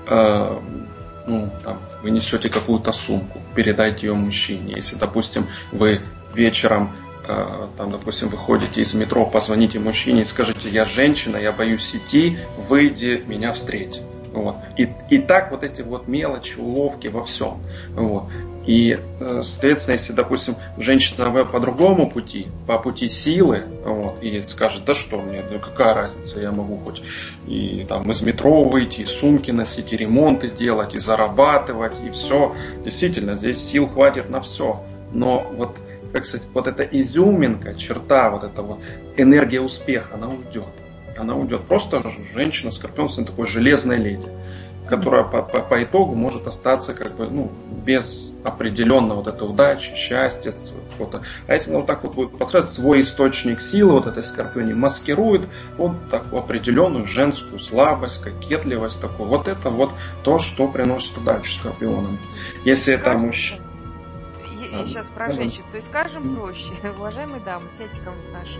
вы несете какую-то сумку, передайте ее мужчине. Если, допустим, вы вечером допустим, выходите из метро, позвоните мужчине и скажите: я женщина, я боюсь идти, выйди, меня встреть. Вот. И так вот эти вот мелочи, уловки во всем. Вот. И, соответственно, если, допустим, женщина по другому пути, по пути силы, вот, и скажет: да что мне, какая разница, я могу хоть и там из метро выйти, и сумки носить, и ремонты делать, и зарабатывать, и все. Действительно, здесь сил хватит на все. Но вот, как сказать, вот эта изюминка, черта, вот эта вот энергия успеха, она уйдет. Она уйдет. Просто женщина, скорпион, такой железной леди, которая по итогу может остаться без определенной вот этой удачи, счастья. Вот. А если она вот так вот будет подстраивать свой источник силы, вот этой скорпионе, маскирует вот такую определенную женскую слабость, кокетливость такую. Вот это вот то, что приносит удачу скорпионам. Если это мужчина. Я сейчас про женщин. То есть, скажем проще, уважаемые дамы, сядьте кому-нибудь на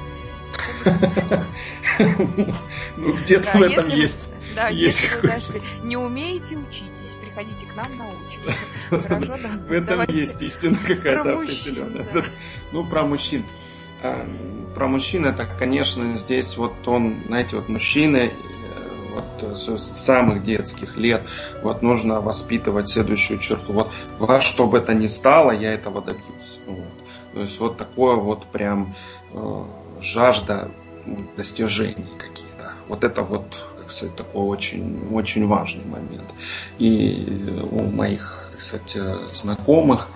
шею. Где-то в этом есть. Да, если вы даже не умеете, учитесь, приходите к нам, научим. Хорошо, да? В этом есть истина какая-то определенная. Ну, про мужчин. Про мужчин это, конечно, здесь вот он, знаете, вот мужчины вот с самых детских лет вот нужно воспитывать следующую черту. Вот во что бы это ни стало, я этого добьюсь. Вот. То есть вот такое вот прям жажда достижений каких-то. Вот это вот, как сказать, такой очень, очень важный момент. И у моих, так сказать, знакомых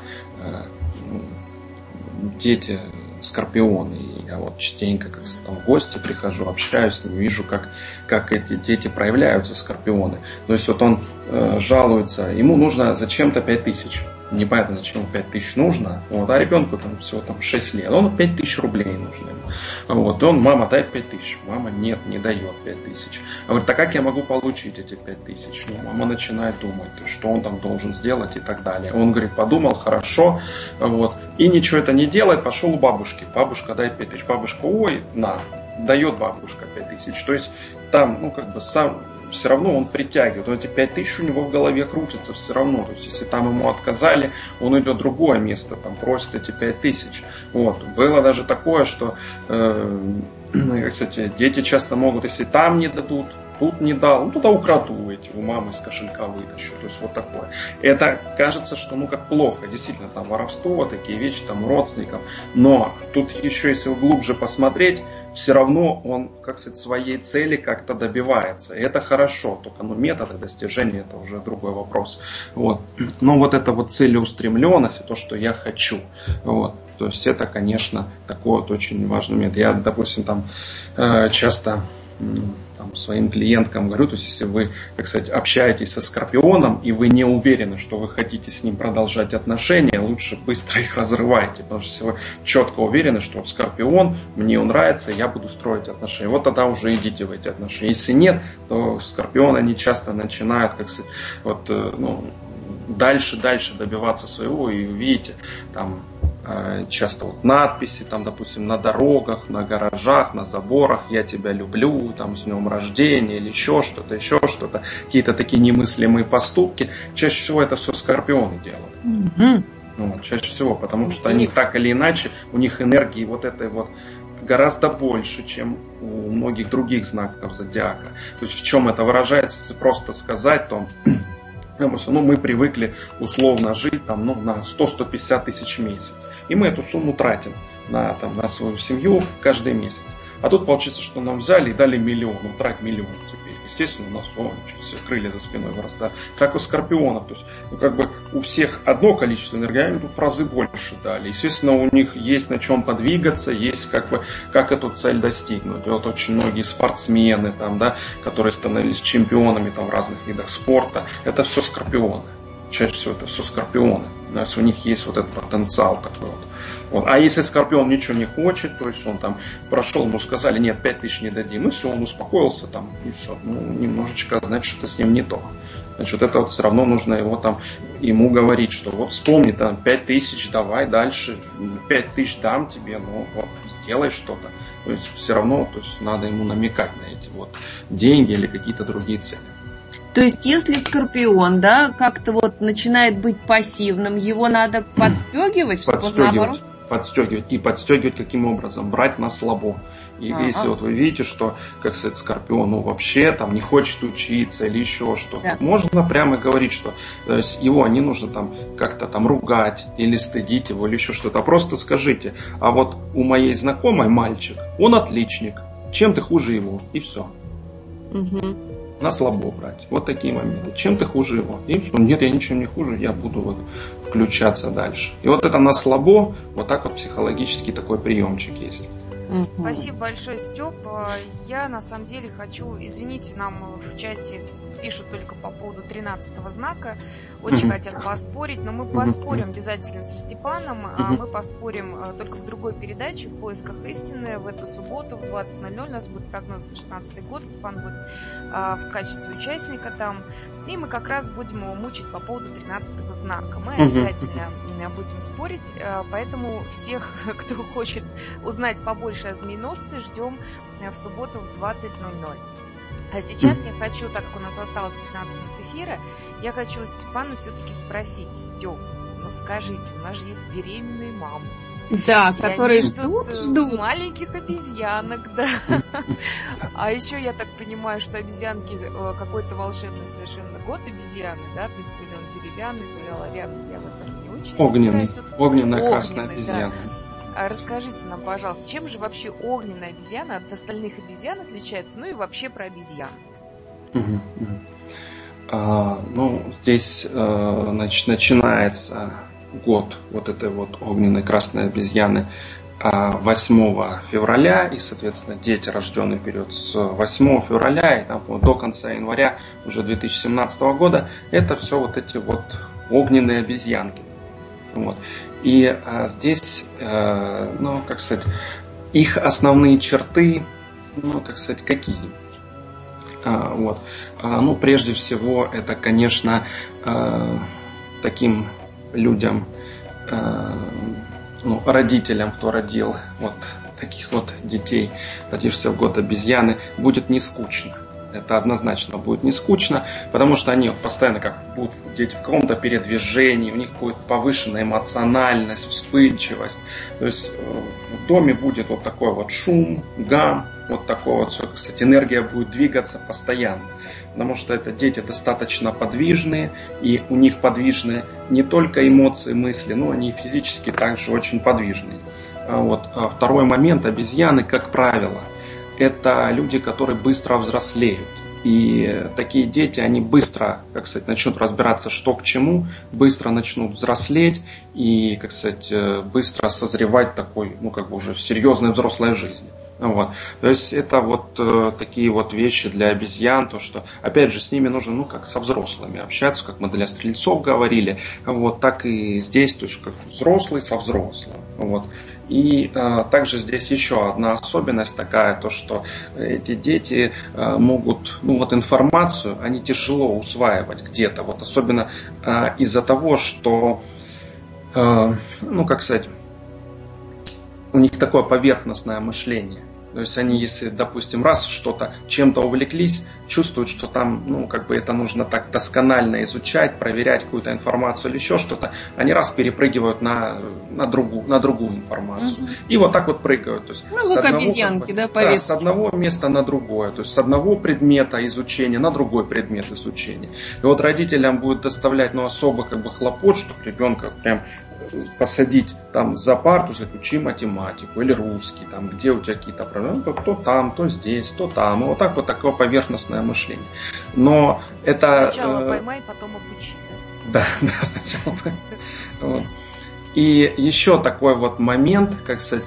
дети скорпионы. И я вот частенько, как там в гости прихожу, общаюсь с ними, вижу, как эти дети проявляются, скорпионы. То есть вот он жалуется, ему нужно зачем-то 5000. Непонятно, зачем 5000 нужно. Вот, а ребенку там всего 6 лет. Он 5000 рублей нужно ему. Вот, и он, мама, дай 5000. Мама, нет, не дает 5000. А говорит, а как я могу получить эти 5000? Ну, мама начинает думать, что он там должен сделать и так далее. Он говорит, подумал, хорошо, вот, и ничего это не делает, пошел у бабушки. Бабушка, дай 5000. Бабушка, ой, на, дает бабушка 5000. То есть там, сам все равно он притягивает. Вот эти 5000 у него в голове крутятся все равно. То есть, если там ему отказали, он идет в другое место, там просит эти 5000. Вот. Было даже такое, что кстати, дети часто могут, если там не дадут, тут не дал, ну туда украду эти, у мамы из кошелька вытащу. То есть вот такое. Это кажется, что как плохо. Действительно, там воровство, такие вещи, там у родственников. Но тут еще, если глубже посмотреть, все равно он, своей цели как-то добивается. И это хорошо. Только методы достижения это уже другой вопрос. Вот. Но вот эта вот целеустремленность, то, что я хочу. Вот. То есть это, конечно, такой вот очень важный момент. Я, допустим, часто своим клиенткам говорю, то есть если вы, общаетесь со скорпионом и вы не уверены, что вы хотите с ним продолжать отношения, лучше быстро их разрывайте, потому что если вы четко уверены, что скорпион, мне он нравится, я буду строить отношения, вот тогда уже идите в эти отношения. Если нет, то скорпионы, они часто начинают, дальше добиваться своего, и видите, там часто вот надписи, там, допустим, на дорогах, на гаражах, на заборах, я тебя люблю, там, с днем рождения или еще что-то, какие-то такие немыслимые поступки. Чаще всего это все скорпионы делают. Mm-hmm. Вот, чаще всего, потому что они так или иначе, у них энергии вот этой вот гораздо больше, чем у многих других знаков зодиака. То есть в чем это выражается, если просто сказать, то мы привыкли условно жить на 100-150 тысяч в месяц. И мы эту сумму тратим на свою семью каждый месяц. А тут получится, что нам взяли и дали миллион. Трать миллион теперь. Естественно, у нас все крылья за спиной вырастают. Как у скорпионов. То есть, у всех одно количество энергии, а им тут в разы больше дали. Естественно, у них есть на чем подвигаться, есть как эту цель достигнуть. Вот очень многие спортсмены, которые становились чемпионами в разных видах спорта, это все скорпионы. Чаще всего это все скорпионы. То есть у них есть вот этот потенциал такой вот. Вот. А если скорпион ничего не хочет, то есть он прошел, ему сказали, нет, 5000 не дадим, и все, он успокоился и все. Немножечко, значит, что-то с ним не то. Значит, это все равно нужно ему говорить, что вот вспомни, 5000, давай дальше, 5000 дам тебе, сделай что-то. То есть все равно, надо ему намекать на эти деньги или какие-то другие цели. То есть, если скорпион, как-то начинает быть пассивным, его надо подстегивать, чтобы он наоборот... Подстегивать. И подстегивать каким образом? Брать на слабо. И если вы видите, что, скорпион, вообще не хочет учиться или еще что-то, да. Можно прямо говорить, что его не нужно как-то ругать или стыдить его или еще что-то. А просто скажите, а вот у моей знакомой мальчик, он отличник, чем ты хуже его? И все. Угу. На слабо брать. Вот такие моменты. Чем ты хуже его? И все. Нет, я ничем не хуже, я буду включаться дальше. И вот это на слабо, вот так психологический такой приемчик есть. Спасибо большое, Степ. Я на самом деле хочу, извините, нам в чате пишут только по поводу 13-го знака. Очень хотят поспорить, но мы поспорим обязательно со Степаном. Мы поспорим только в другой передаче «В поисках истины». В эту субботу в 20:00 у нас будет прогноз на 16-й год. Степан будет в качестве участника там. И мы как раз будем его мучить по поводу 13-го знака. Мы обязательно будем спорить. Поэтому всех, кто хочет узнать побольше о змееносце, ждем в субботу в 20:00. А сейчас я хочу, так как у нас осталось 15 минут эфира, я хочу у Степана все-таки спросить, Степ, скажите, у нас же есть беременные мамы. Да, которые ждут маленьких обезьянок, да. А еще я так понимаю, что обезьянки какой-то волшебный совершенно год обезьяны, да, то есть то ли он деревянный, то ли оловянный, я в этом не очень. Огненная красная обезьяна. А расскажите нам, пожалуйста, чем же вообще огненная обезьяна от остальных обезьян отличается, и вообще про обезьян? Здесь, начинается год вот этой вот огненной красной обезьяны 8 февраля, и, соответственно, дети, рожденные в период с 8 февраля и там, до конца января уже 2017 года, это все вот эти вот огненные обезьянки. Вот. И здесь, ну, как сказать, их основные черты, ну, как сказать, какие? Вот. Ну, прежде всего, это, конечно, таким людям, ну, родителям, кто родил вот таких вот детей, родившихся в год обезьяны, будет не скучно. Это однозначно будет не скучно, потому что они постоянно как будут дети в каком-то передвижении, у них будет повышенная эмоциональность, вспыльчивость. То есть в доме будет вот такой вот шум, гам, вот такой вот, кстати, энергия будет двигаться постоянно. Потому что это дети достаточно подвижные, и у них подвижны не только эмоции, мысли, но они физически также очень подвижные. Вот. Второй момент, обезьяны, как правило, это люди, которые быстро взрослеют. И такие дети, они быстро, как сказать, начнут разбираться, что к чему, быстро начнут взрослеть и, как сказать, быстро созревать такой, ну, как бы уже в серьезной взрослой жизни. Вот. То есть это вот такие вот вещи для обезьян, то что, опять же, с ними нужно, ну, как со взрослыми общаться, как мы для стрельцов говорили, вот, так и здесь, то есть как взрослый со взрослым. Вот. И также здесь еще одна особенность такая, то что эти дети могут, ну, вот информацию, они тяжело усваивать где-то, вот особенно из-за того, что, ну, как сказать, у них такое поверхностное мышление. То есть они, если, допустим, раз что-то чем-то увлеклись, чувствуют, что там, ну, как бы это нужно так досконально изучать, проверять какую-то информацию или еще что-то, они раз перепрыгивают на другую информацию. Угу. И вот так вот прыгают. То есть ну, как обезьянки, как бы, да, с одного места на другое. То есть с одного предмета изучения на другой предмет изучения. И вот родителям будет доставлять, ну, особо как бы хлопот, чтобы ребенка прям посадить там за парту, сказать, учи математику или русский, там, где у тебя какие-то проблемы, то там, то здесь, то там. И вот так вот такое поверхностное мышление. Но это... Сначала поймай, потом обучи. Да, сначала поймай. И еще такой вот момент, как сказать,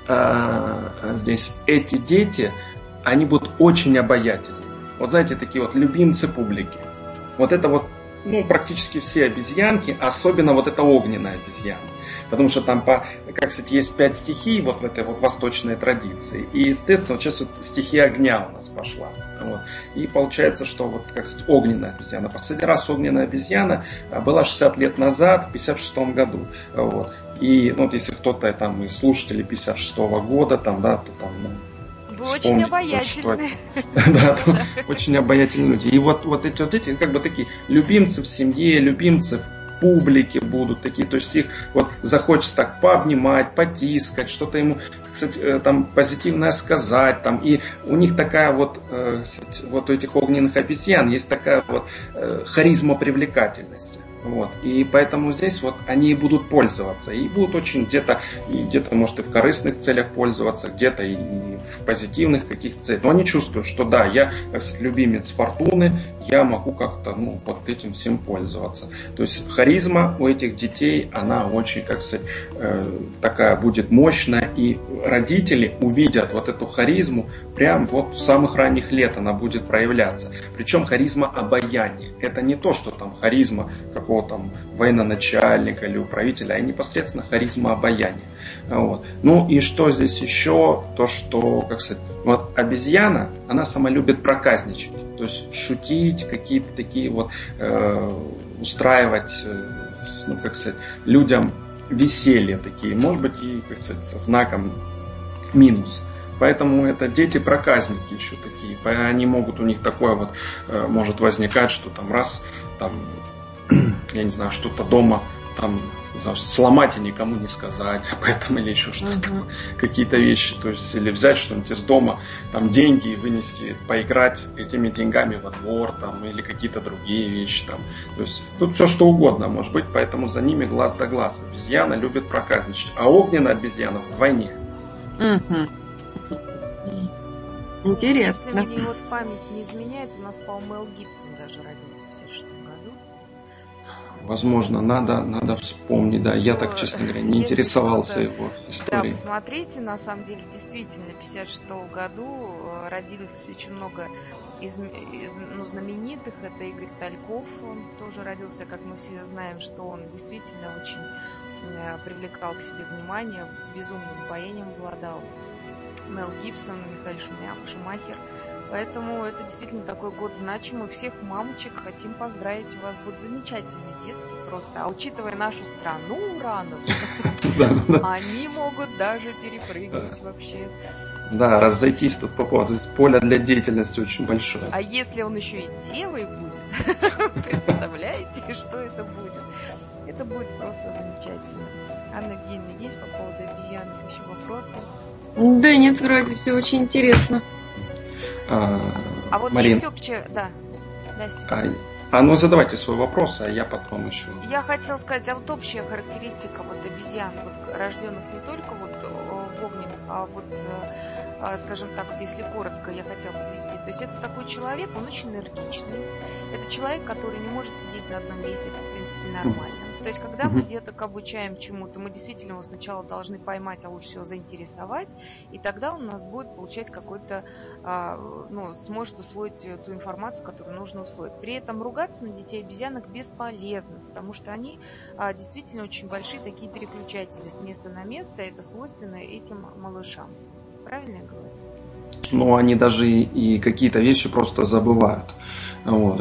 здесь эти дети, они будут очень обаятельны. Вот знаете, такие вот любимцы публики. Вот это вот, ну, практически все обезьянки, особенно вот эта огненная обезьяна. Потому что там, как сказать, есть 5 стихий вот в этой вот восточной традиции. И, естественно, вот сейчас вот стихия огня у нас пошла. Вот. И получается, что вот, как сказать, огненная обезьяна. Последний раз огненная обезьяна была 60 лет назад, в 56 году. Вот. И ну, вот если кто-то там из слушателей 56 года, там, да, то там... Ну, вы очень обаятельны. Да, очень обаятельные люди. И вот эти как бы такие любимцы в семье, любимцы в публике будут такие, то есть их вот захочется так пообнимать, потискать, что-то ему, кстати, там позитивное сказать, там, и у них такая вот, вот у этих огненных обезьян есть такая вот харизма привлекательности. Вот. И поэтому здесь вот они будут пользоваться. И будут очень где-то, может, и в корыстных целях пользоваться, где-то и в позитивных каких-то целях. Но они чувствуют, что да, я, как сказать, любимец фортуны, я могу как-то, ну, вот этим всем пользоваться. То есть харизма у этих детей, она очень, как сказать, такая будет мощная. И родители увидят вот эту харизму прям вот с самых ранних лет она будет проявляться. Причем харизма обаяния. Это не то, что там харизма какого там военачальника или управителя, а непосредственно харизма обаяния. Вот. Ну и что здесь еще? То, что, как сказать, вот обезьяна, она сама любит проказничать. То есть шутить, какие-то такие вот устраивать, ну, как сказать, людям веселье такие. Может быть и, как сказать, со знаком минус. Поэтому это дети-проказники еще такие. Они могут, у них такое вот может возникать, что там раз, там, я не знаю, что-то дома там, не знаю, сломать и никому не сказать об этом или еще что-то такое, какие-то вещи, то есть или взять что-нибудь из дома, там деньги и вынести, поиграть этими деньгами во двор там, или какие-то другие вещи там, то есть тут все что угодно может быть, поэтому за ними глаз да глаз. Обезьяна любит проказничать, а огненная обезьяна вдвойне. Интересно. Если мне вот память не изменяет, у нас, по-моему, Мел Гибсон даже родился в 56 году. Возможно, надо вспомнить, да. Я так, честно говоря, не интересовался его историей. Да, посмотрите, на самом деле, действительно, в 1956 году родилось очень много знаменитых. Это Игорь Тальков, он тоже родился, как мы все знаем, что он действительно очень привлекал к себе внимание, безумным обаянием обладал. Мел Гибсон, Михаэль Шумахер. Поэтому это действительно такой год значимый. Всех мамочек хотим поздравить. У вас будут замечательные детки просто. А учитывая нашу страну урановую, они могут даже перепрыгнуть вообще. Да, разойтись тут по поводу. То есть поле для деятельности очень большое. А если он еще и девой будет, представляете, что это будет? Это будет просто замечательно. Анна Евгеньевна, есть по поводу обезьянок еще вопросы? Да нет, вроде все очень интересно. А вот Марин, есть общее... Да, Настя. Ну задавайте свой вопрос, а я потом еще... Я хотела сказать, а вот общая характеристика вот обезьян, вот рожденных не только вот в огненных, а вот, скажем так, вот если коротко я хотела подвести, то есть это такой человек, он очень энергичный, это человек, который не может сидеть на одном месте, это в принципе нормально. То есть, когда мы деток обучаем чему-то, мы действительно его сначала должны поймать, а лучше всего заинтересовать, и тогда он у нас будет получать какой-то, сможет усвоить ту информацию, которую нужно усвоить. При этом ругаться на детей обезьянок бесполезно, потому что они действительно очень большие такие переключатели с места на место, это свойственно этим малышам. Правильно я говорю? Ну, они даже и какие-то вещи просто забывают. Вот,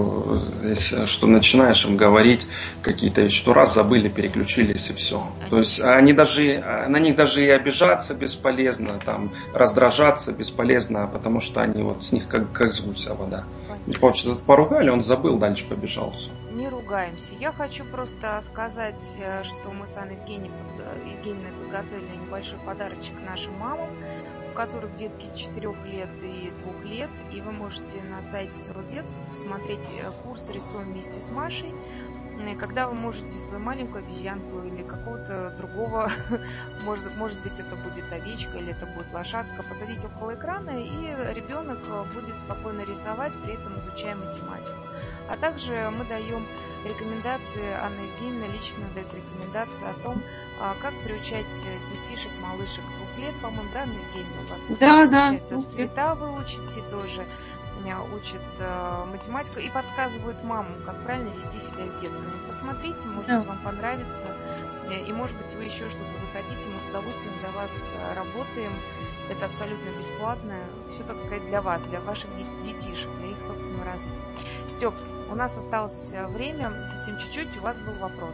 что начинаешь им говорить какие-то вещи, что раз забыли, переключились и все. То есть на них даже и обижаться бесполезно, там, раздражаться бесполезно, потому что они вот с них как с гуся вода. Поругали, он забыл, дальше побежал. Все. Не ругаемся. Я хочу просто сказать, что мы с Анной Евгеньевной подготовили небольшой подарочек нашим мамам, у которых детки 4 лет и 2 лет, и вы можете на сайте Сила детства посмотреть курс «Рисуем вместе с Машей», когда вы можете свою маленькую обезьянку или какого-то другого, может быть это будет овечка или это будет лошадка, посадить около экрана, и ребенок будет спокойно рисовать, при этом изучая математику. А также мы даем рекомендации, Анна Евгеньевна лично дает рекомендации о том, как приучать детишек, малышек 2 лет, по-моему, да, Анна Евгеньевна, у вас получается, цвета вы учите тоже, учат математику и подсказывают мамам, как правильно вести себя с детками. Посмотрите, может быть, вам понравится, и может быть вы еще что-то захотите, мы с удовольствием для вас работаем, это абсолютно бесплатно, все, так сказать, для вас, для ваших детишек, для их собственного развития. Степ, у нас осталось время, совсем чуть-чуть, у вас был вопрос.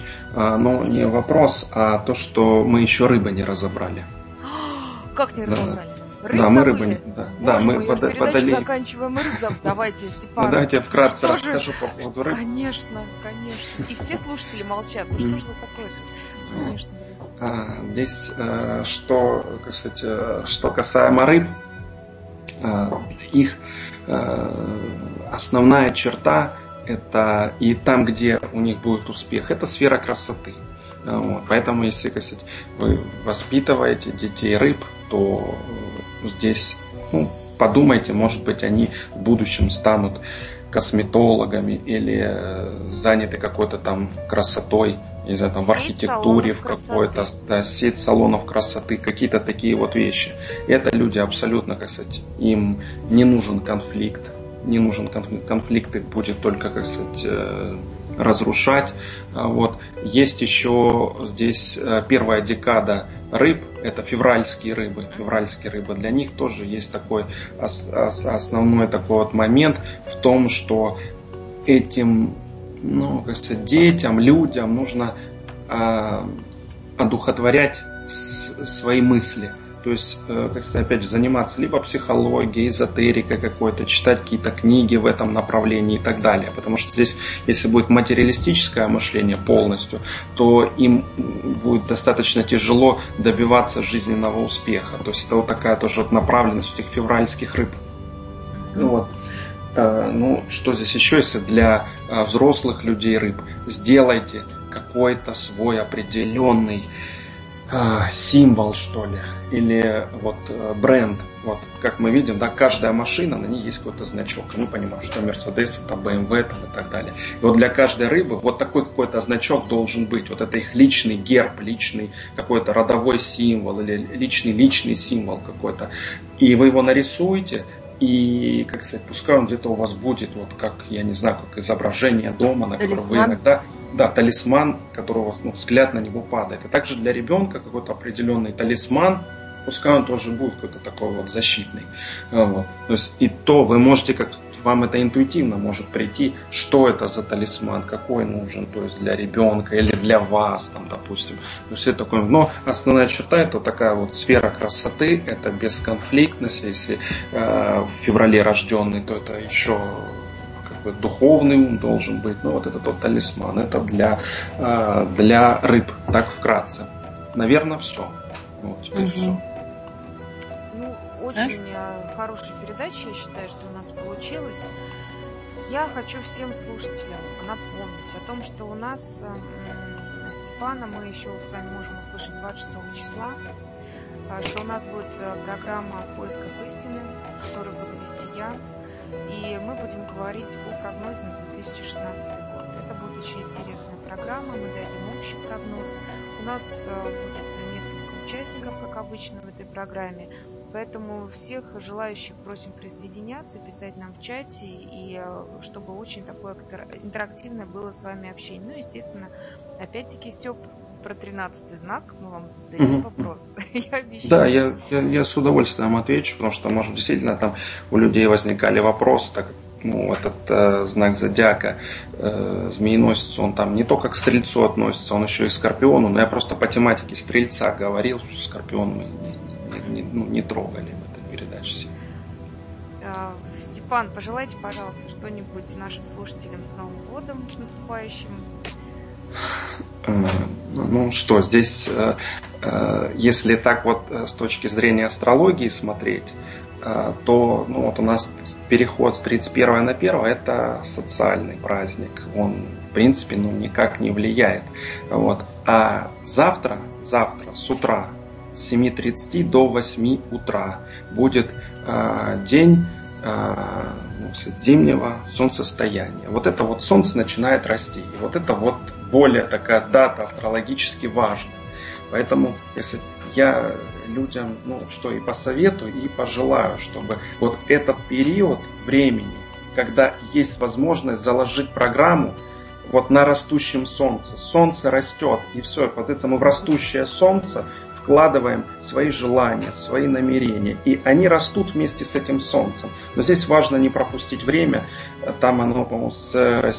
Не вопрос, а то, что мы еще рыбы не разобрали. Как не разобрали? Да, мы рыбы не... Да, мы подали... заканчиваем рыб. Давайте, Степан. Давайте я вкратце расскажу по поводу рыб. Конечно. И все слушатели молчат. Ну что же такое-то? Конечно. Здесь, что касаемо рыб, их основная черта это и там, где у них будет успех, это сфера красоты. Вот. Поэтому, если вы воспитываете детей рыб, то здесь подумайте, может быть, они в будущем станут косметологами или заняты какой-то там красотой, не знаю, там в архитектуре, в какой-то сеть салонов красоты, какие-то такие вот вещи. Это люди абсолютно, им не нужен конфликт. Конфликт их будет только, разрушать. Вот. Есть еще здесь первая декада рыб, это февральские рыбы. Для них тоже есть такой основной такой вот момент в том, что этим детям, людям нужно одухотворять свои мысли. То есть, опять же, заниматься либо психологией, эзотерикой какой-то, читать какие-то книги в этом направлении и так далее. Потому что здесь, если будет материалистическое мышление полностью, то им будет достаточно тяжело добиваться жизненного успеха. То есть, это вот такая тоже вот направленность этих февральских рыб. Что здесь еще, если для взрослых людей рыб? Сделайте какой-то свой определенный символ, что ли, или бренд. Вот, как мы видим, да, каждая машина, на ней есть какой-то значок. И мы понимаем, что Mercedes, это BMW там, и так далее. И вот для каждой рыбы вот такой какой-то значок должен быть. Вот это их личный герб, личный какой-то родовой символ или личный символ какой-то. И вы его нарисуете, и, как сказать, пускай он где-то у вас будет, вот как, я не знаю, как изображение дома, на которое вы иногда... Да, талисман, которого взгляд на него падает. И также для ребенка какой-то определенный талисман, пускай он тоже будет какой-то такой вот защитный. Вот. То есть и то вы можете, как вам это интуитивно может прийти, что это за талисман, какой нужен, то есть для ребенка или для вас, там, допустим. То есть это такое. Но основная черта это такая вот сфера красоты, это бесконфликтность. Если в феврале рожденный, то это еще духовный ум должен быть. Ну вот это тот талисман. Это для рыб. Так вкратце. Наверное, все. Вот теперь все. Ну, очень хорошая передача, я считаю, что у нас получилось. Я хочу всем слушателям напомнить о том, что у нас Степана мы еще с вами можем услышать 26 числа, что у нас будет программа «Поисков истины», которую буду вести я. И мы будем говорить о прогнозе на 2016 год. Это будет очень интересная программа, мы дадим общий прогноз. У нас будет несколько участников, как обычно, в этой программе. Поэтому всех желающих просим присоединяться, писать нам в чате, и чтобы очень такое интерактивное было с вами общение. Ну, естественно, опять-таки, Степ, про 13-й знак мы вам зададим вопрос. Я обещаю. Да, я с удовольствием отвечу, потому что, может, действительно там у людей возникали вопросы, так этот знак зодиака, змееносец, он там не только к стрельцу относится, он еще и к скорпиону, но я просто по тематике стрельца говорил, что скорпион мы не трогали в этой передаче. Степан, пожелайте, пожалуйста, что-нибудь нашим слушателям с Новым годом, с наступающим. Ну что, здесь, если так вот с точки зрения астрологии смотреть, то вот у нас переход с 31 на 1 это социальный праздник. Он, в принципе, никак не влияет. Вот. А завтра с утра с 7:30 до 8 утра будет день зимнего солнцестояния. Вот это вот солнце начинает расти. И вот это вот более такая дата астрологически важная. Поэтому, если я людям, что и посоветую, и пожелаю, чтобы вот этот период времени, когда есть возможность заложить программу вот на растущем солнце. Солнце растет, и все, соответственно, мы в растущее солнце вкладываем свои желания, свои намерения, и они растут вместе с этим солнцем. Но здесь важно не пропустить время, там оно, по-моему, с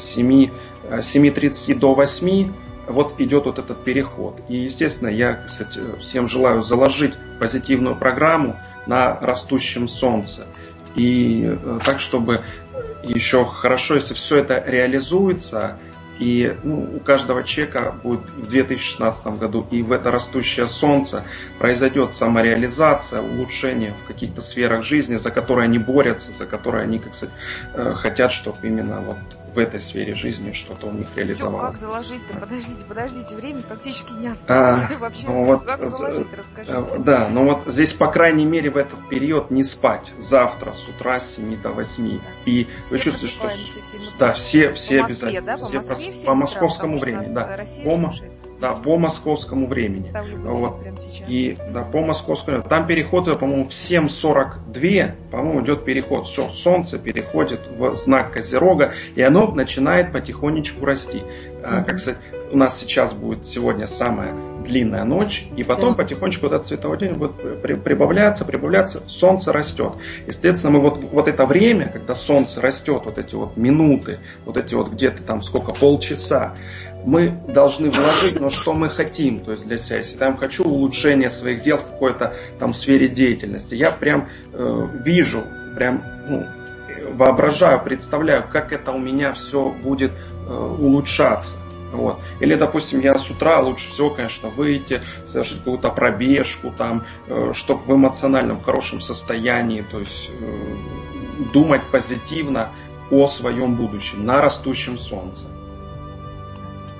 7:30 до 8, вот идет вот этот переход. И, естественно, я, кстати, всем желаю заложить позитивную программу на растущем солнце. И так, чтобы еще хорошо, если все это реализуется, и у каждого человека будет в 2016 году и в это растущее солнце произойдет самореализация, улучшение в каких-то сферах жизни, за которые они борются, за которые они, как сказать, хотят, чтобы именно вот в этой сфере жизни что-то у них реализовалось. Как заложить-то? Подождите, времени практически не осталось. Вообще, как заложить, расскажите. Да, но вот здесь, по крайней мере, в этот период не спать. Завтра с утра с 7 до 8. И вы чувствуете, что... Да, все обязательно. По московскому времени. По московскому времени. Вот. И по московскому времени. Там переход, по-моему, в 7:42, по-моему, идет переход. Все, солнце переходит в знак Козерога, и оно начинает потихонечку расти. Как сказать, у нас сейчас будет сегодня самая длинная ночь, и потом потихонечку этот световой день будет прибавляться, солнце растет. Естественно, мы вот это время, когда солнце растет, вот эти вот минуты, вот эти вот где-то там сколько, полчаса, мы должны вложить, но что мы хотим, то есть для себя. Если я хочу улучшения своих дел в какой-то там сфере деятельности, я прям вижу, воображаю, представляю, как это у меня все будет улучшаться. Вот. Или, допустим, я с утра лучше всего, конечно, выйти, совершить какую-то пробежку, там, чтобы в эмоциональном хорошем состоянии, то есть думать позитивно о своем будущем на растущем солнце.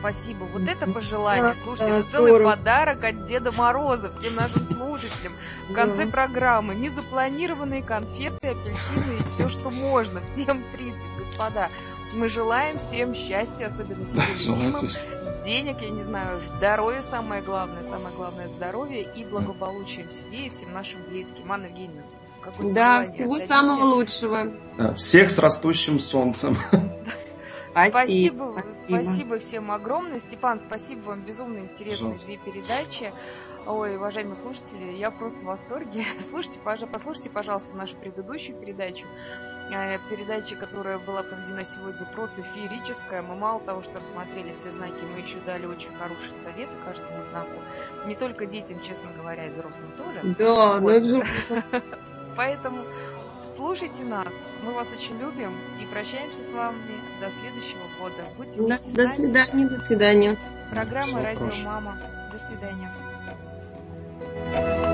спасибо. Вот это пожелание, слушайте, это целый подарок от Деда Мороза всем нашим слушателям. В конце программы незапланированные конфеты, апельсины и все, что можно. Всем 30, господа. Мы желаем всем счастья, особенно себе любимым, денег, я не знаю, здоровья самое главное здоровье и благополучие в себе и всем нашим близким. Анна Евгеньевна, да, всего самого лучшего. Всех с растущим солнцем. Спасибо всем огромное. Степан, спасибо вам, безумно интересные 2 передачи. Ой, уважаемые слушатели, я просто в восторге. Послушайте, пожалуйста, нашу предыдущую передачу. Передача, которая была проведена сегодня, просто феерическая. Мы мало того, что рассмотрели все знаки, мы еще дали очень хорошие советы каждому знаку. Не только детям, честно говоря, и взрослым тоже. Да, вот. Поэтому слушайте нас. Мы вас очень любим и прощаемся с вами до следующего года. Будьте вместе с нами. До свидания. Программа «Радио Мама». До свидания.